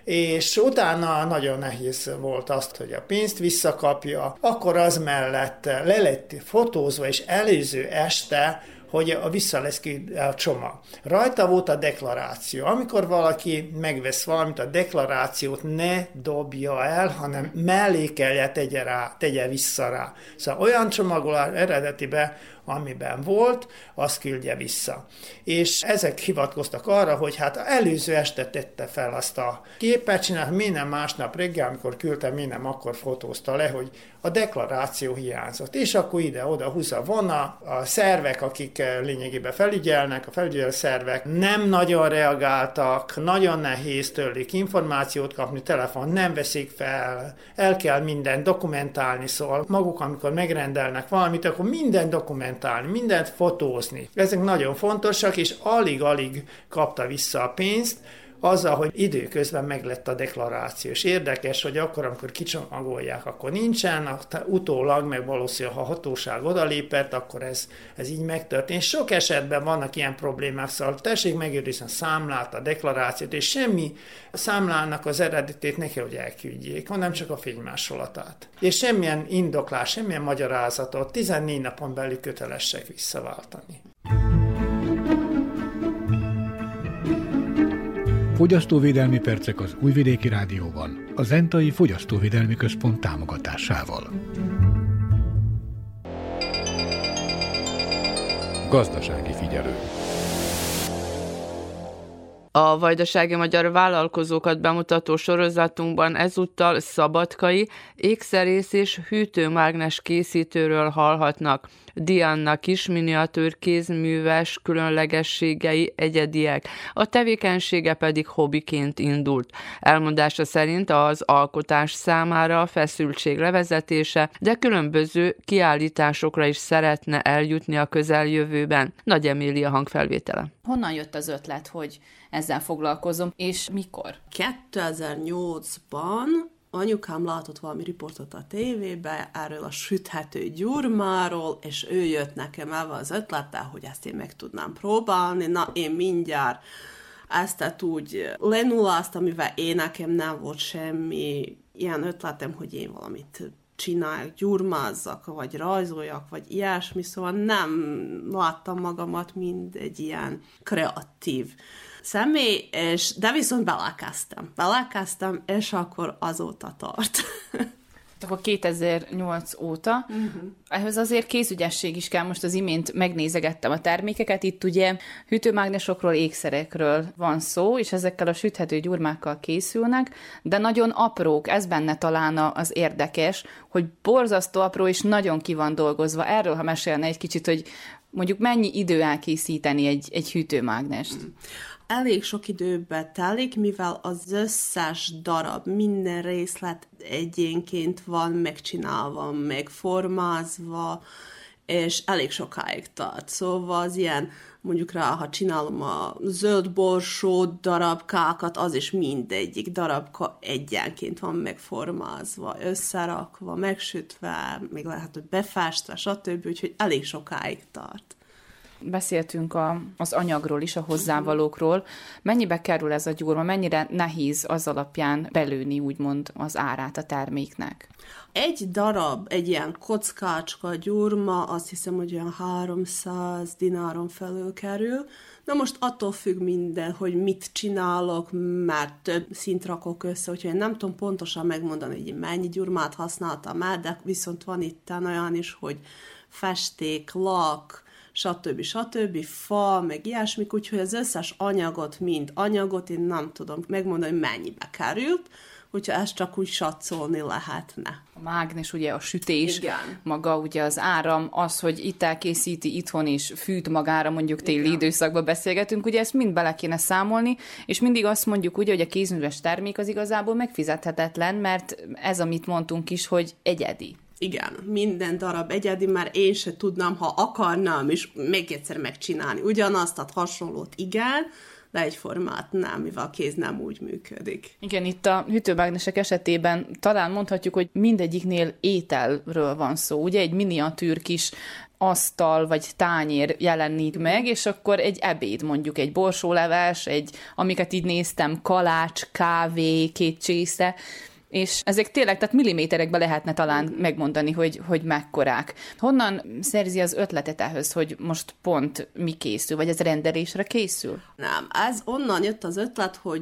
És utána nagyon nehéz volt azt, hogy a pénzt visszakapja, akkor az mellett le lett fotózva, és előző este, hogy a vissza lesz ki a csomag. Rajta volt a deklaráció. Amikor valaki megvesz valamit, a deklarációt ne dobja el, hanem mellékelje, tegye, rá, tegye vissza rá. Szóval olyan csomagolás eredetiben amiben volt, azt küldje vissza. És ezek hivatkoztak arra, hogy hát előző este tette fel azt a képet, csinált, minden másnap reggel, amikor küldte, minden akkor fotózta le, hogy a deklaráció hiányzott. És akkor ide-oda húzza vonna, a szervek, akik lényegében felügyelnek, a felügyelő szervek nem nagyon reagáltak, nagyon nehéz tőlük információt kapni, telefon nem veszik fel, el kell mindent dokumentálni, szóval maguk, amikor megrendelnek valamit, akkor mindent dokumentálni, mindent fotózni. Ezek nagyon fontosak, és alig-alig kapta vissza a pénzt, azzal, hogy időközben meglett a deklaráció. És érdekes, hogy akkor, amikor kicsomagolják, akkor nincsen, utólag meg valószínűleg, ha a hatóság odalépett, akkor ez, ez így megtörtént. Sok esetben vannak ilyen problémák, szóval tessék megőrizni a számlát, a deklarációt, és semmi számlának az eredetét ne kell, hogy elküldjék, hanem csak a fénymásolatát. És semmilyen indoklás, semmilyen magyarázatot tizennégy napon belül kötelesek visszaváltani. Fogyasztóvédelmi percek az Újvidéki Rádióban, a Zentai Fogyasztóvédelmi Központ támogatásával. Gazdasági figyelő. A vajdasági magyar vállalkozókat bemutató sorozatunkban ezúttal szabadkai, ékszerész és hűtőmágnes készítőről hallhatnak. Diana kis miniatűr kézműves különlegességei egyediek, a tevékenysége pedig hobbiként indult. Elmondása szerint az alkotás számára a feszültség levezetése, de különböző kiállításokra is szeretne eljutni a közeljövőben. Nagy Emília hangfelvétele. Honnan jött az ötlet, hogy ezzel foglalkozom, és mikor? kétezer-nyolcban anyukám látott valami riportot a tévébe erről a süthető gyurmáról, és ő jött nekem el az ötlettel, hogy ezt én meg tudnám próbálni. Na, én mindjárt ezt úgy lenulláztam, mivel én nekem nem volt semmi ilyen ötletem, hogy én valamit csináljak, gyurmázzak, vagy rajzoljak, vagy ilyesmi, szóval nem láttam magamat, mint egy ilyen kreatív személy, és, de viszont belekezdtem. Belekezdtem, és akkor azóta tart. Akkor kétezer-nyolc óta. Uh-huh. Ehhez azért kézügyesség is kell. Most az imént megnézegettem a termékeket. Itt ugye hűtőmágnesokról, ékszerekről van szó, és ezekkel a süthető gyurmákkal készülnek, de nagyon aprók. Ez benne talán az érdekes, hogy borzasztó apró, és nagyon ki van dolgozva. Erről, ha mesélne egy kicsit, hogy mondjuk mennyi idő elkészíteni egy, egy hűtőmágnest? Uh-huh. Elég sok időbe telik, mivel az összes darab, minden részlet egyénként van megcsinálva, megformázva, és elég sokáig tart. Szóval az ilyen, mondjuk rá, ha csinálom a zöld borsó darabkákat, az is mindegyik darabka egyenként van megformázva, összerakva, megsütve, még lehet, hogy befestve, stb., úgyhogy elég sokáig tart. Beszéltünk a, az anyagról is, a hozzávalókról. Mennyibe kerül ez a gyurma? Mennyire nehéz az alapján belőni, úgymond, az árát a terméknek? Egy darab, egy ilyen kockácska gyurma, azt hiszem, hogy olyan háromszáz dináron felül kerül. Na most attól függ minden, hogy mit csinálok, mert több szint rakok össze, úgyhogy én nem tudom pontosan megmondani, hogy mennyi gyurmát használtam már, de viszont van itt olyan is, hogy festék, lak, stb. stb. Fa, meg ilyesmik, úgyhogy az összes anyagot, mind anyagot, én nem tudom megmondani, hogy mennyibe került, hogyha ezt csak úgy satszolni lehetne. A mágnes, ugye a sütés, igen, maga ugye az áram, az, hogy itt elkészíti itthon is, fűt magára, mondjuk téli igen, időszakban beszélgetünk, ugye ezt mind bele kéne számolni, és mindig azt mondjuk ugye, hogy a kézműves termék az igazából megfizethetetlen, mert ez, amit mondtunk is, hogy egyedi. Igen, minden darab egyedi, mert én se tudnám, ha akarnám is még egyszer megcsinálni. Ugyanazt, tehát hasonlót igen, de egyformát nem, mivel a kéz nem úgy működik. Igen, itt a hűtőmágnesek esetében talán mondhatjuk, hogy mindegyiknél ételről van szó. Ugye egy miniatűr kis asztal vagy tányér jelenik meg, és akkor egy ebéd, mondjuk egy borsóleves, egy, amiket így néztem, kalács, kávé, két csésze, és ezek tényleg, tehát milliméterekben lehetne talán mm. megmondani, hogy, hogy mekkorák. Honnan szerzi az ötletet ehhez, hogy most pont mi készül, vagy ez rendelésre készül? Nem, ez onnan jött az ötlet, hogy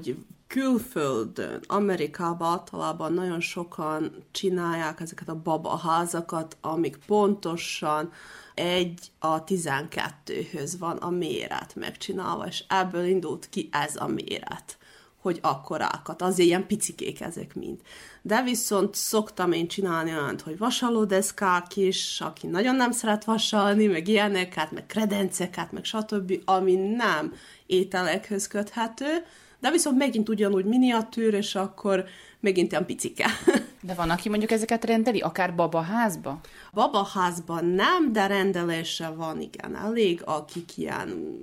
külföldön, Amerikában általában nagyon sokan csinálják ezeket a babaházakat, amik pontosan egy a tizenkettőhöz van a méret megcsinálva, és ebből indult ki ez a méret, hogy akkorákat, azért ilyen picikék ezek mind. De viszont szoktam én csinálni olyant, hogy vasalódeszkák is, aki nagyon nem szeret vasalni, meg ilyeneket, meg kredenceket, meg stb., ami nem ételekhez köthető, de viszont megint ugyanúgy miniatűr, és akkor megint ilyen picike. De van, aki mondjuk ezeket rendeli, akár babaházba? Babaházban nem, de rendelésre van, igen, elég, akik ilyen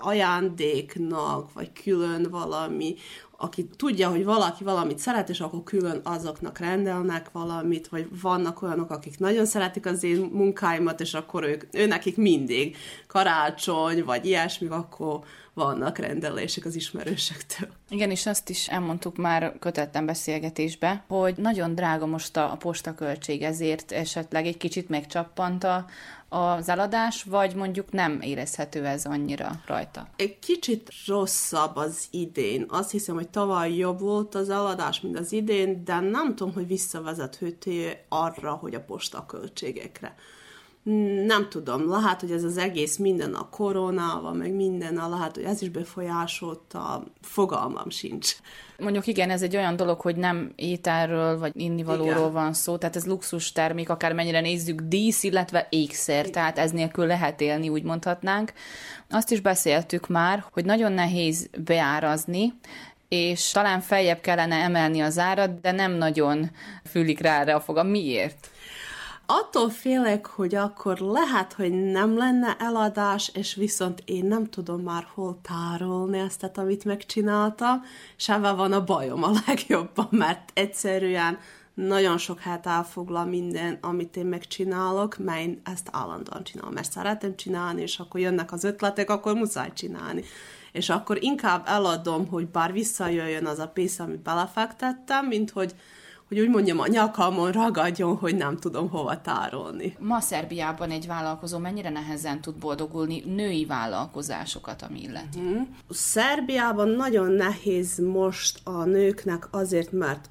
ajándéknak, vagy külön valami, aki tudja, hogy valaki valamit szeret, és akkor külön azoknak rendelnek valamit, vagy vannak olyanok, akik nagyon szeretik az én munkáimat, és akkor ők, ő nekik mindig karácsony, vagy ilyesmi, akkor vannak rendelések az ismerősektől. Igen, és azt is elmondtuk már kötetlen beszélgetésbe, hogy nagyon drága most a postaköltség, ezért esetleg egy kicsit megcsappant a, az eladás, vagy mondjuk nem érezhető ez annyira rajta? Egy kicsit rosszabb az idén. Azt hiszem, hogy tavaly jobb volt az eladás, mint az idén, de nem tudom, hogy visszavezethető arra, hogy a postaköltségekre. Nem tudom, lehet, hogy ez az egész minden a koronával, meg minden, lehet, hogy ez is befolyásolta, fogalmam sincs. Mondjuk igen, ez egy olyan dolog, hogy nem ételről, vagy innivalóról igen. van szó, tehát ez luxus termék, akármennyire nézzük, dísz, illetve ékszer, igen. tehát ez nélkül lehet élni, úgy mondhatnánk. Azt is beszéltük már, hogy nagyon nehéz beárazni, és talán feljebb kellene emelni az árat, de nem nagyon fülik rá erre a fogam. Miért? Attól félek, hogy akkor lehet, hogy nem lenne eladás, és viszont én nem tudom már hol tárolni ezt, amit megcsináltam, és ebben van a bajom a legjobban, mert egyszerűen nagyon sok helyet elfoglal minden, amit én megcsinálok, mert én ezt állandóan csinálom, mert szeretem csinálni, és akkor jönnek az ötletek, akkor muszáj csinálni. És akkor inkább eladom, hogy bár visszajöjjön az a pénz, amit belefektettem, mint hogy hogy úgy mondjam, a nyakamon ragadjon, hogy nem tudom hova tárolni. Ma Szerbiában egy vállalkozó mennyire nehezen tud boldogulni női vállalkozásokat, ami illeti? Mm. Szerbiában nagyon nehéz most a nőknek azért, mert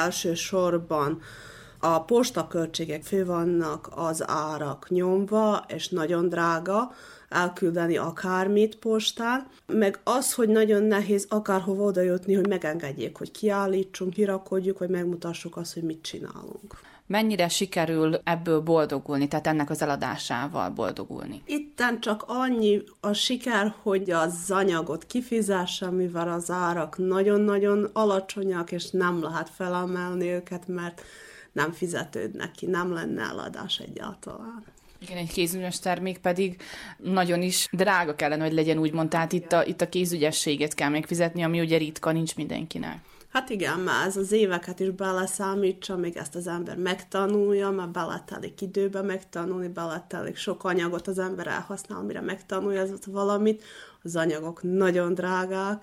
elsősorban a postaköltségek fő vannak, az árak nyomva, és nagyon drága elküldeni akármit postán, meg az, hogy nagyon nehéz akárhova oda jutni, hogy megengedjék, hogy kiállítsunk, kirakodjuk, vagy megmutassuk azt, hogy mit csinálunk. Mennyire sikerül ebből boldogulni, tehát ennek az eladásával boldogulni? Itten csak annyi a siker, hogy az anyagot kifizesse, mivel az árak nagyon-nagyon alacsonyak, és nem lehet felemelni őket, mert nem fizetődnek ki, nem lenne eladás egyáltalán. Igen, egy kézügyes termék pedig nagyon is drága kellene, hogy legyen, úgymond, tehát itt a, itt a kézügyességet kell megfizetni, ami ugye ritka, nincs mindenkinek. Hát igen, mert ez az éveket is beleszámítsa, még ezt az ember megtanulja, mert beletelik időbe megtanulni, beletelik sok anyagot az ember elhasznál, mire megtanulja az valamit, az anyagok nagyon drágák,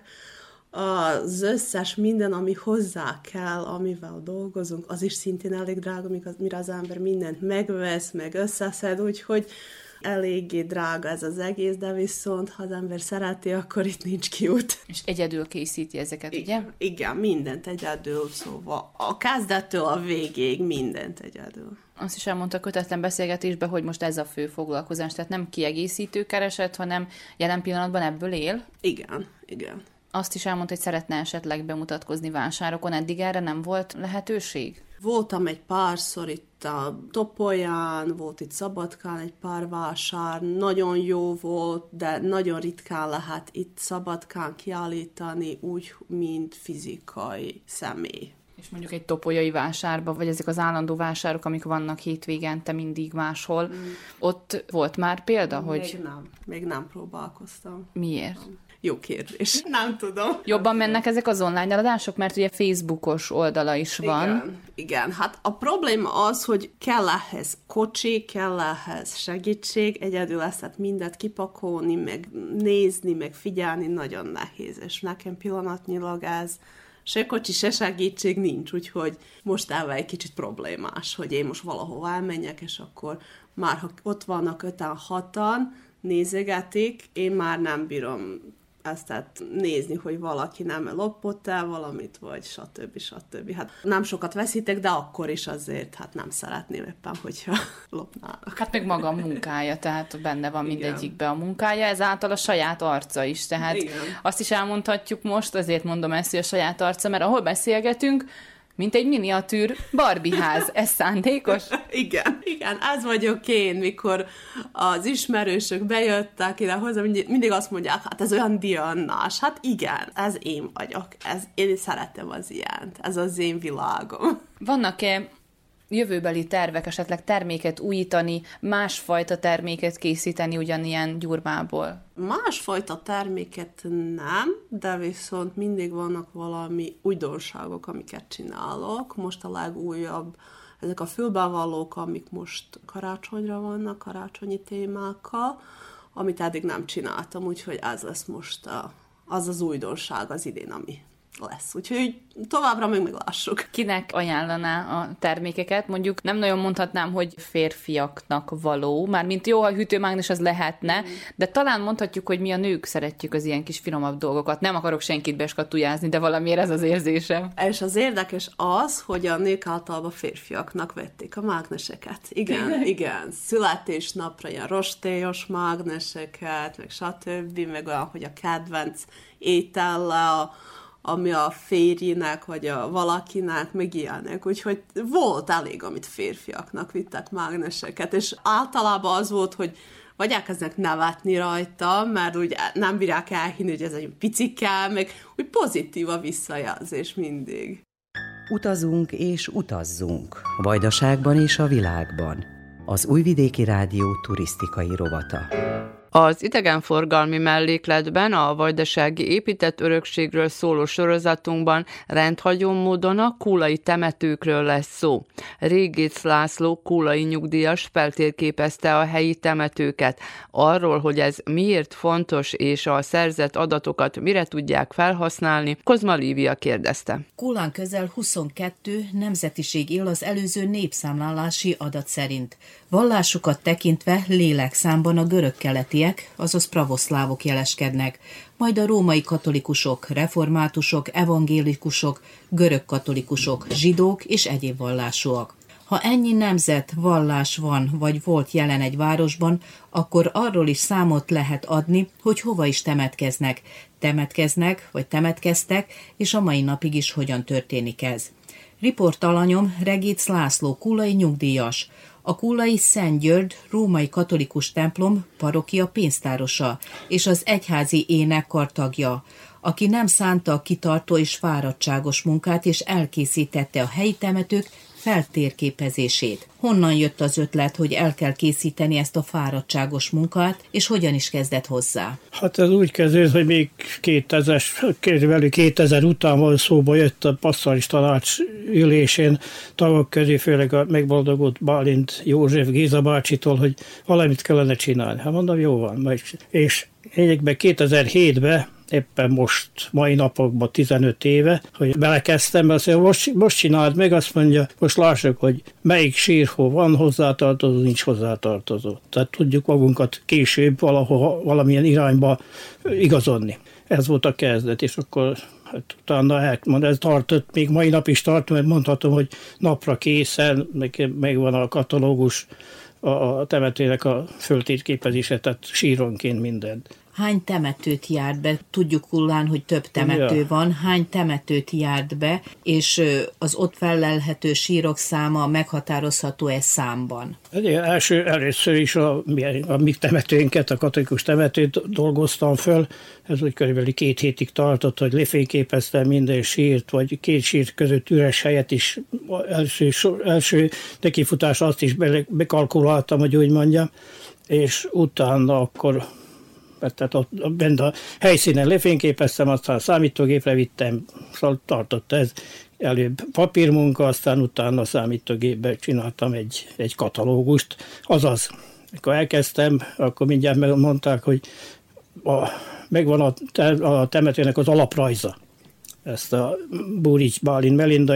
az összes minden, ami hozzá kell, amivel dolgozunk, az is szintén elég drága, mire az ember mindent megvesz, meg összeszed, úgyhogy eléggé drága ez az egész, de viszont, ha az ember szereti, akkor itt nincs kiút. És egyedül készíti ezeket, igen, ugye? Igen, mindent egyedül, szóval a kezdettől a végéig mindent egyedül. Azt is elmondta a kötetlen beszélgetésben, hogy most ez a fő foglalkozás, tehát nem kiegészítő kereset, hanem jelen pillanatban ebből él? Igen, igen. Azt is elmondta, hogy szeretne esetleg bemutatkozni vásárokon, eddig erre nem volt lehetőség? Voltam egy párszor itt a Topolyán, volt itt Szabadkán egy pár vásár, nagyon jó volt, de nagyon ritkán lehet itt Szabadkán kiállítani úgy, mint fizikai személy. És mondjuk egy topolyai vásárba, vagy ezek az állandó vásárok, amik vannak hétvégente mindig máshol, mm. ott volt már példa, még hogy... Még nem, még nem próbálkoztam. Miért? Nem. Jó kérdés. Nem tudom. Jobban mennek ezek az online eladások, mert ugye Facebookos oldala is van. Igen, igen. Hát a probléma az, hogy kell ehhez kocsi, kell ehhez segítség, egyedül ezt hát mindet kipakolni, meg nézni, meg figyelni nagyon nehéz, és nekem pillanatnyilag ez se kocsi, se segítség nincs, úgyhogy most elve egy kicsit problémás, hogy én most valahova elmenjek, és akkor már ha ott vannak öten, hatan, nézegetik, én már nem bírom ezt tehát nézni, hogy valaki nem lopott el valamit, vagy stb. stb. Hát nem sokat veszítek, de akkor is azért hát nem szeretném éppen, hogyha lopnának. Hát meg maga a munkája, tehát benne van mindegyikben a munkája, ezáltal a saját arca is, tehát igen. Azt is elmondhatjuk most, azért mondom ezt, hogy a saját arca, mert ahol beszélgetünk, mint egy miniatűr Barbie ház. Ez szándékos? Igen, igen, ez vagyok én, mikor az ismerősök bejöttek ide hozzá, mindig, mindig azt mondják, hát ez olyan diannás. Hát igen, ez én vagyok. Ez, én szeretem az ilyent. Ez az én világom. Vannak-e jövőbeli tervek, esetleg terméket újítani, másfajta terméket készíteni ugyanilyen gyurmából? Másfajta terméket nem, de viszont mindig vannak valami újdonságok, amiket csinálok. Most a legújabb, ezek a fülbevallók, amik most karácsonyra vannak, karácsonyi témákkal, amit eddig nem csináltam, úgyhogy ez lesz most a, az az újdonság az idén, ami lesz. Úgyhogy továbbra még meglássuk. Kinek ajánlaná a termékeket? Mondjuk nem nagyon mondhatnám, hogy férfiaknak való, mármint jó, ha hűtőmágnes az lehetne, mm. de talán mondhatjuk, hogy mi a nők szeretjük az ilyen kis finomabb dolgokat. Nem akarok senkit beskatujázni, de valamiért ez az érzésem. És az érdekes az, hogy a nők általában férfiaknak vették a mágneseket. Igen, igen. Születésnapra ilyen rostélyos mágneseket, meg stb., meg olyan, hogy a kedvenc étellel, ami a férjének, vagy a valakinek, meg ilyenek. Úgyhogy volt elég, amit férfiaknak vittek mágneseket, és általában az volt, hogy vagy elkezdenek nevetni rajta, mert úgy nem bírják elhinni, hogy ez egy picike, meg úgy pozitív a visszajelzés mindig. Utazunk és utazzunk. Vajdaságban és a világban. Az Újvidéki Rádió turisztikai rovata. Az idegenforgalmi mellékletben a vajdasági épített örökségről szóló sorozatunkban rendhagyó módon a kúlai temetőkről lesz szó. Régész László kúlai nyugdíjas feltérképezte a helyi temetőket. Arról, hogy ez miért fontos és a szerzett adatokat mire tudják felhasználni, Kozma Lívia kérdezte. Kúlán közel huszonkettő nemzetiség él az előző népszámlálási adat szerint. Vallásukat tekintve lélekszámban a görög-keletiek, azaz pravoszlávok jeleskednek, majd a római katolikusok, reformátusok, evangélikusok, görög-katolikusok, zsidók és egyéb vallásúak. Ha ennyi nemzet, vallás van vagy volt jelen egy városban, akkor arról is számot lehet adni, hogy hova is temetkeznek. Temetkeznek vagy temetkeztek, és a mai napig is hogyan történik ez. Riportalanyom Regész László kúlai nyugdíjas, a kúlai Szent György római katolikus templom parokia pénztárosa és az egyházi énekkar tagja, aki nem szánta a kitartó és fáradtságos munkát és elkészítette a helyi temetők feltérképezését. Honnan jött az ötlet, hogy el kell készíteni ezt a fáradtságos munkát, és hogyan is kezdett hozzá? Hát ez úgy kezdődött, hogy még kétezer, körülbelül kétezer után volt szóba jött a pastorális tanács ülésén tagok közé, főleg a megboldogult Bálint József Géza bácsitól, hogy valamit kellene csinálni. Hát mondom, jó van. Majd. És lényegben kétezer-hétben éppen most, mai napokban tizenöt éve, hogy belekezdtem, azt mondja, most, most csináld meg, azt mondja, most lássuk, hogy melyik sírhó van hozzátartozó, nincs hozzátartozó. Tehát tudjuk magunkat később valahol, valamilyen irányba igazodni. Ez volt a kezdet, és akkor hát utána elmond, ez tartott, még mai nap is tart, mert mondhatom, hogy napra készen, meg, megvan a katalógus, a, a temetőnek a föltérképezése, tehát síronként mindent. Hány temetőt járt be? Tudjuk Kúlán, hogy több temető ja. van. Hány temetőt járt be, és az ott fellelhető sírok száma meghatározható-e számban? Első, először is a, a mi temetőnket, a katolikus temetőt dolgoztam föl. Ez úgy körülbelül két hétig tartott, hogy lefényképeztem minden sírt, vagy két sírt között üres helyet is. Első, első nekifutás azt is be, bekalkuláltam, hogy úgy mondjam, és utána akkor tehát ott bent a helyszínen lefényképeztem, aztán a számítógépre vittem, szóval tartott ez előbb papírmunka, aztán utána a számítógépbe csináltam egy, egy katalógust. Azaz, amikor elkezdtem, akkor mindjárt megmondták, hogy a, megvan a, te, a temetőnek az alaprajza. Ezt a Búrics Bálint Melinda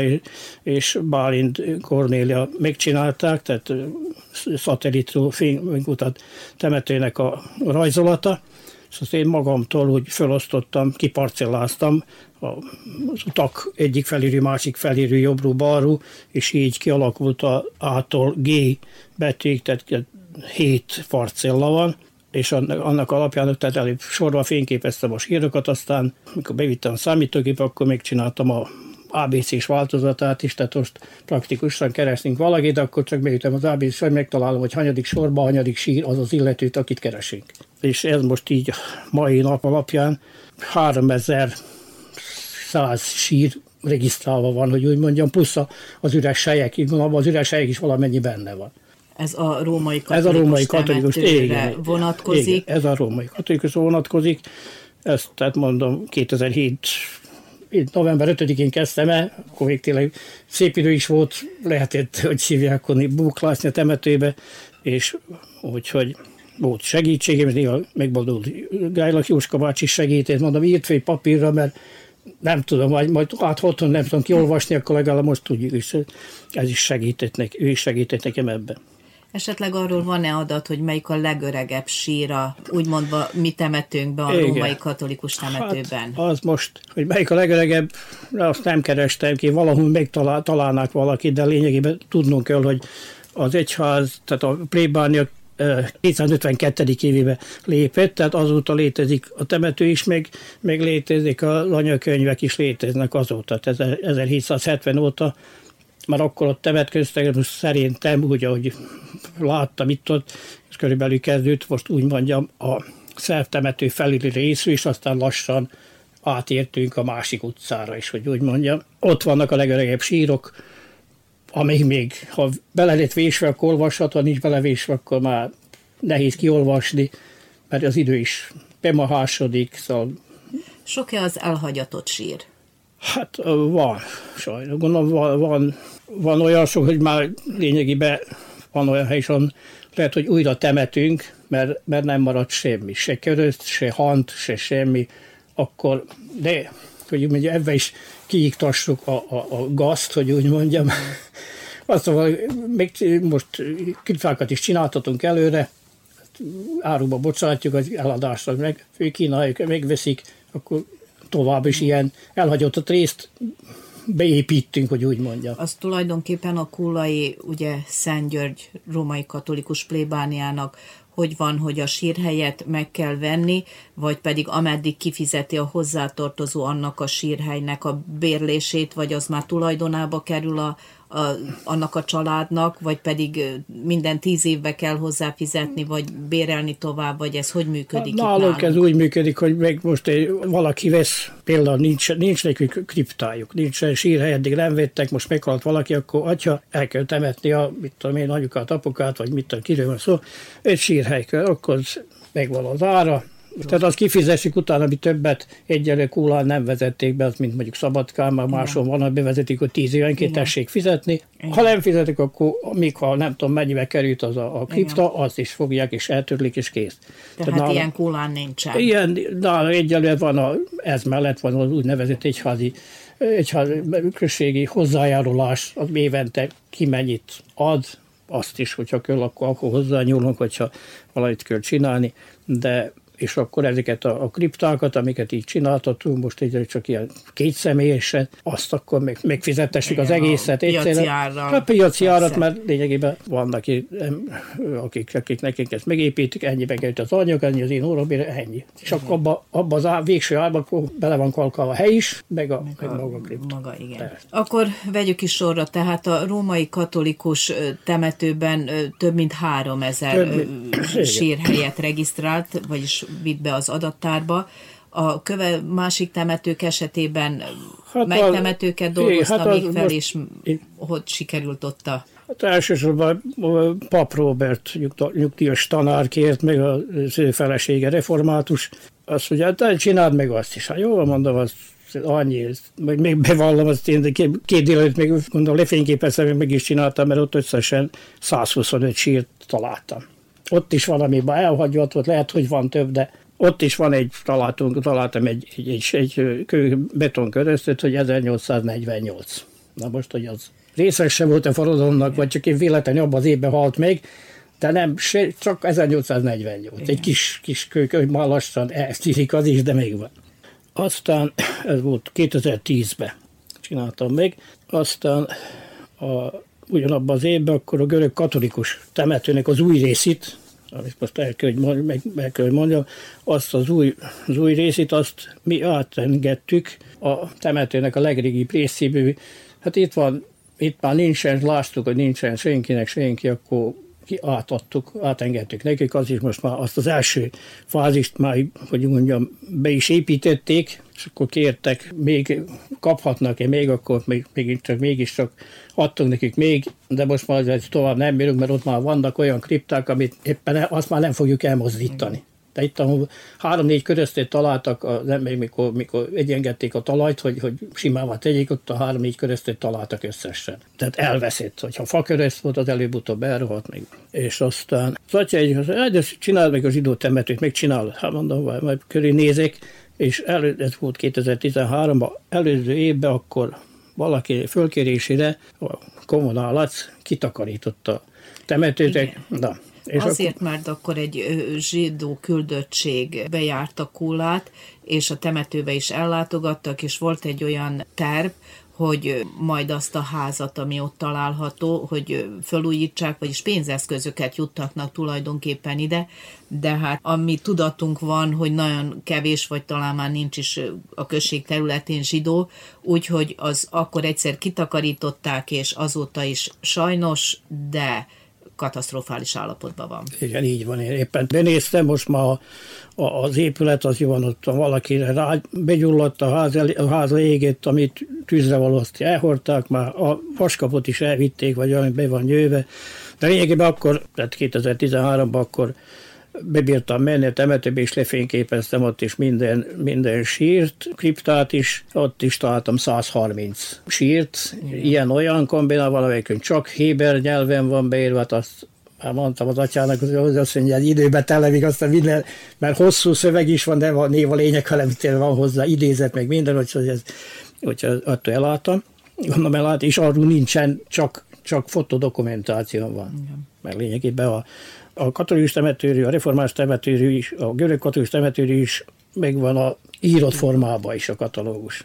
és Bálint Kornélia megcsinálták, tehát szatellitról fénymutat temetőnek a rajzolata, és azt én magamtól úgy felosztottam, kiparcelláztam az utak egyik felérő, másik felérő, jobbról-balról, és így kialakult a A-tól G betűig, tehát hét parcella van, és annak alapján, tehát előbb sorba fényképeztem a sírokat, aztán, amikor bevittem a számítógépbe, akkor megcsináltam a á bé cés változatát is, tehát most praktikusan keresünk valakit, akkor csak beütöm az á bé cés, hogy megtalálom, hogy hanyadik sorba, hanyadik sír az az illetőt, akit keresünk. És ez most így mai nap alapján háromezer-száz sír regisztrálva van, hogy úgy mondjam, plusz az üres helyek, az üres helyek is valamennyi benne van. Ez a római katolikus, ez a római katolikus temetőre vonatkozik. Igen, ez a római katolikus vonatkozik. Ezt tehát mondom, kétezer-hét november ötödikén kezdtem el, akkor még tényleg szép idő is volt, lehetett, hogy hívják, búklászni a temetőbe, és úgyhogy volt segítségem, és néha megboldogult Gájlak Jóska bácsi segített, mondom, írt fel papírra, mert nem tudom, majd, majd hát otthon nem tudom kiolvasni, akkor legalább most tudjuk is, ez is segített nekem, ő is segített nekem ebben. Esetleg arról van-e adat, hogy melyik a legöregebb síra, úgy mondva mi temetőnkben, a Igen. római katolikus temetőben? Hát az most, hogy melyik a legöregebb, azt nem kerestem ki, valahol megtalálnák valakit, de lényegében tudnunk kell, hogy az egyház, tehát a plébánia kétszázötvenkettedik évében lépett, tehát azóta létezik a temető is, meg, meg létezik, az anyakönyvek is léteznek azóta, tehát ezerhétszázhetven óta, már akkor ott temetkeztek, most szerintem, úgy, ahogy láttam itt ott, ez körülbelül kezdődött, most úgy mondjam, a szervtemető felüli részű, és aztán lassan átértünk a másik utcára is, hogy úgy mondjam. Ott vannak a legöregebb sírok, amíg még, ha bele lett vésve, akkor olvasható, ha nincs belevésve, akkor már nehéz kiolvasni, mert az idő is bemahásodik, szóval... Sok-e az elhagyatott sír? Hát van, sajnos. Gondolom, van, van, van olyan sok, hogy már lényegében van olyan hely, és lehet, hogy újra temetünk, mert, mert nem maradt semmi, se körözt, se hant, se semmi, akkor, de, hogy úgy mondjam, ebben is kiiktassuk a, a, a gazt, hogy úgy mondjam. Azt mondom, még most kriptákat is csináltatunk előre, áruba bocsátjuk az eladásra, meg kínáljuk, megveszik, akkor tovább is ilyen elhagyott részt beépítünk, hogy úgy mondjam. Az tulajdonképpen a kullai, ugye Szent György római katolikus plébániának hogy van, hogy a sírhelyet meg kell venni, vagy pedig ameddig kifizeti a hozzátartozó annak a sírhelynek a bérlését, vagy az már tulajdonába kerül a, a, annak a családnak, vagy pedig minden tíz évbe kell hozzáfizetni, vagy bérelni tovább, vagy ez hogy működik? Nálunk ez úgy működik, hogy meg most egy, valaki vesz, például nincs, nincs nekünk kriptájuk, nincs sírhely, eddig nem vettek, most meghalt valaki, akkor atya, el kell temetni a, mit tudom én, anyukát, apukát, vagy mit tudom, kiről van szó, egy sírhely kell, akkor megvan az ára. Tehát azt kifizessük utána, ami többet egyelő kullán nem vezették be, az mint mondjuk Szabadkán, már máson van, hogy bevezetik, hogy tíz évenként tessék fizetni. Igen. Ha nem fizetik, akkor még ha nem tudom mennyibe került az a, a kripta, igen, azt is fogják, és eltörlik, és kész. Tehát, Tehát ilyen kullán nincsen. Ilyen, de egyelőre van, a, ez mellett van az úgynevezett egyházi, egyházi községi hozzájárulás, az évente ki mennyit ad, azt is, hogyha kell, akkor, akkor hozzányúlunk, hogyha valamit kell csinálni, de és akkor ezeket a, a kriptákat, amiket így csináltatunk, most így csak ilyen kétszemélyesen, azt akkor meg, megfizettessük az egészet. A piaci árral. A piaci árat, mert lényegében vannak, akik, akik nekik ezt megépítik, ennyiben került az anyag, ennyi az én órabére, ennyi. És akkor abban abba az á, végső árban bele van kalkalva a hely is, meg, a, meg, meg a, maga a kripta. Maga, igen. De. Akkor vegyük is sorra, tehát a római katolikus temetőben több mint háromezer sírhelyet regisztrált, vagyis vitt be az adattárba. A köve másik temetők esetében hát mely a, temetőket dolgozta hát még fel, és én, hogy sikerült ott a... Hát elsősorban Pap Róbert nyugdíjas tanár kért, meg az ő felesége református. Azt mondja, hát csináld meg azt is. Hát jól mondom, az annyi, meg még bevallom, azt én két délelőtt még gondolom lefényképeztem, meg is csináltam, mert ott összesen százhuszonöt sírt találtam. Ott is van, amiben elhagyott, ott lehet, hogy van több, de ott is van egy, találtunk, találtam egy, egy, egy, egy kő, betonköröztet, hogy ezernyolcszáznegyvennyolc. Na most, hogy az részes sem volt a forradalomnak, vagy csak én véletlenül abban az évben halt meg, de nem, se, csak ezernyolcszáznegyvennyolc. Egy kis, kis kők, hogy már lassan elszírik az is, de még van. Aztán, ez volt kétezer-tízben csináltam meg, aztán a, ugyanabban az évben akkor a görög katolikus temetőnek az új részét, amit most el kell, hogy mondjam, meg, meg kell, hogy mondjam, azt az új, az új részét, azt mi átengedtük a temetőnek a legrégibb részéből. Hát itt van, itt már nincsen, láttuk, hogy nincsen senkinek senki, akkor átadtuk, átengedtük nekik, az is most már azt az első fázist már, hogy mondjam, be is építették, és akkor kértek, még kaphatnak-e még, akkor még, még csak, mégiscsak adtunk nekik még, de most már ez tovább nem bírunk, mert ott már vannak olyan kripták, amit éppen azt már nem fogjuk elmozdítani. De itt ahol három-négy köröztét találtak, az ember, mikor, mikor egyengedték a talajt, hogy, hogy simával tegyék, ott a három-négy köröztét találtak összesen. Tehát elveszett, hogyha fakörözt volt, az előbb-utóbb elrohadt még. És aztán az atya egy, hogy csináld meg a zsidó temetőt, megcsinálod. Hát mondom, majd köré nézek, és elő, ez volt kétezer-tizenháromban, előző évben akkor valaki fölkérésére a kommunálat kitakarította a temetőt. Na, és azért, akkor... mert akkor egy zsidó küldöttség bejárta Kólát, és a temetőbe is ellátogattak, és volt egy olyan terv, hogy majd azt a házat, ami ott található, hogy felújítsák, vagyis pénzeszközöket juttatnak tulajdonképpen ide, de hát ami tudatunk van, hogy nagyon kevés, vagy talán már nincs is a község területén zsidó, úgyhogy az akkor egyszer kitakarították, és azóta is sajnos, de katasztrofális állapotban van. Igen, így van. Én éppen benéztem, most már a, a, az épület, az van ott valakire rá, begyulladt a ház, a ház égett, amit tűzre valózt elhordták, már a vaskapot is elvitték, vagy ami be van nyőve. De lényegében akkor, tehát kétezer-tizenháromban akkor bebírtam menni a temetőbe, és lefényképeztem ott is minden, minden sírt, kriptát is, ott is találtam száz harminc sírt, ilyen-olyan kombinál, valamelyikön csak héber nyelven van beírva, hát azt már mondtam az atyának, hogy azt mondja, hogy időben televik, aztán minden, mert hosszú szöveg is van, de van név a lényeg, hanem van hozzá idézet, meg minden, hogy ez, hogyha attól elálltam, gondolom elállt, és arról nincsen, csak, csak fotodokumentáció van. Igen. Mert lényegében a A katolikus temetőrű, a református temetőrű is, a görög katolikus temetőrű is megvan a írott formában is a katalógus.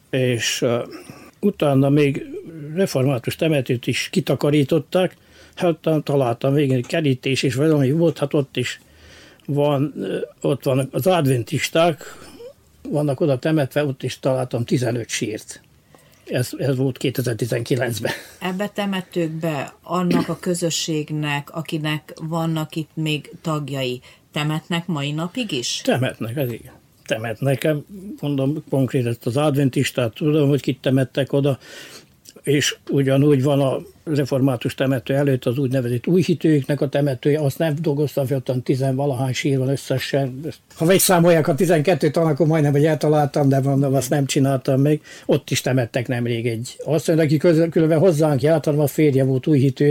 És uh, utána még református temetőt is kitakarították, hát találtam végén egy kerítés is, vagy valami volt, hát ott is van, ott vannak az adventisták, vannak oda temetve, ott is találtam tizenöt sírt. Ez, ez volt kétezer-tizenkilencben. Ebbe temetőkbe annak a közösségnek, akinek vannak itt még tagjai, temetnek mai napig is? Temetnek, ez igen. Temetnek, mondom konkrét az adventistát, tudom, hogy kit temettek oda, és ugyanúgy van a református temető előtt az úgynevezett újhitőknek a temetője, azt nem dolgoztam fel, ottan tizenvalahány sír van összesen. Ha megszámolják a tizenkettőt, akkor majdnem, hogy eltaláltam, de mondom, azt nem csináltam meg. Ott is temettek nemrég egy. Azt mondja, aki közül, különben hozzánk járt, hanem a férje volt újhitő.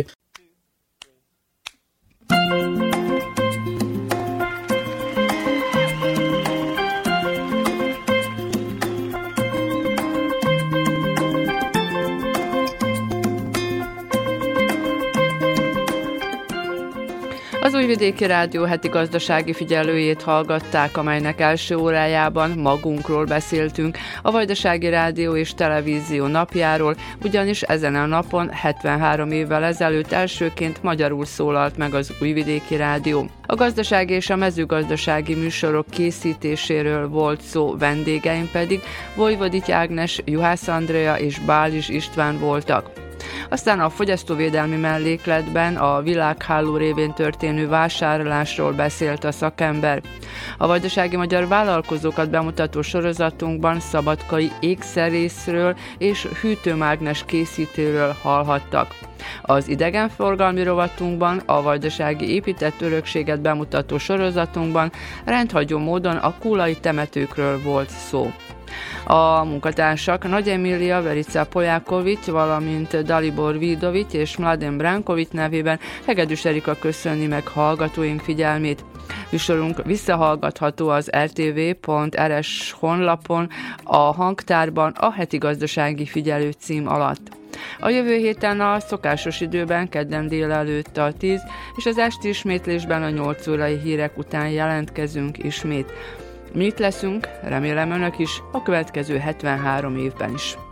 Az Újvidéki Rádió heti gazdasági figyelőjét hallgatták, amelynek első órájában magunkról beszéltünk, a Vajdasági Rádió és Televízió napjáról, ugyanis ezen a napon hetvenhárom évvel ezelőtt elsőként magyarul szólalt meg az Újvidéki Rádió. A gazdasági és a mezőgazdasági műsorok készítéséről volt szó, vendégeim pedig Vojvodics Ágnes, Juhász Andrea és Bális István voltak. Aztán a fogyasztóvédelmi mellékletben a világháló révén történő vásárlásról beszélt a szakember. A vajdasági magyar vállalkozókat bemutató sorozatunkban szabadkai ékszerészről és hűtőmágnes készítőről hallhattak. Az idegenforgalmi rovatunkban, a vajdasági épített örökséget bemutató sorozatunkban rendhagyó módon a kúlai temetőkről volt szó. A munkatársak Nagy Emília, Verica Poljákovics, valamint Dalibor Vidovics és Mladen Brankovics nevében Hegedűs Erika köszöni meg hallgatóink figyelmét. Műsorunk visszahallgatható az er té vé pont er es honlapon, a hangtárban a heti gazdasági figyelő cím alatt. A jövő héten a szokásos időben kedden délelőtt a tíz, és az esti ismétlésben a nyolc órai hírek után jelentkezünk ismét. Mi itt leszünk, remélem önök is, a következő hetvenhárom évben is.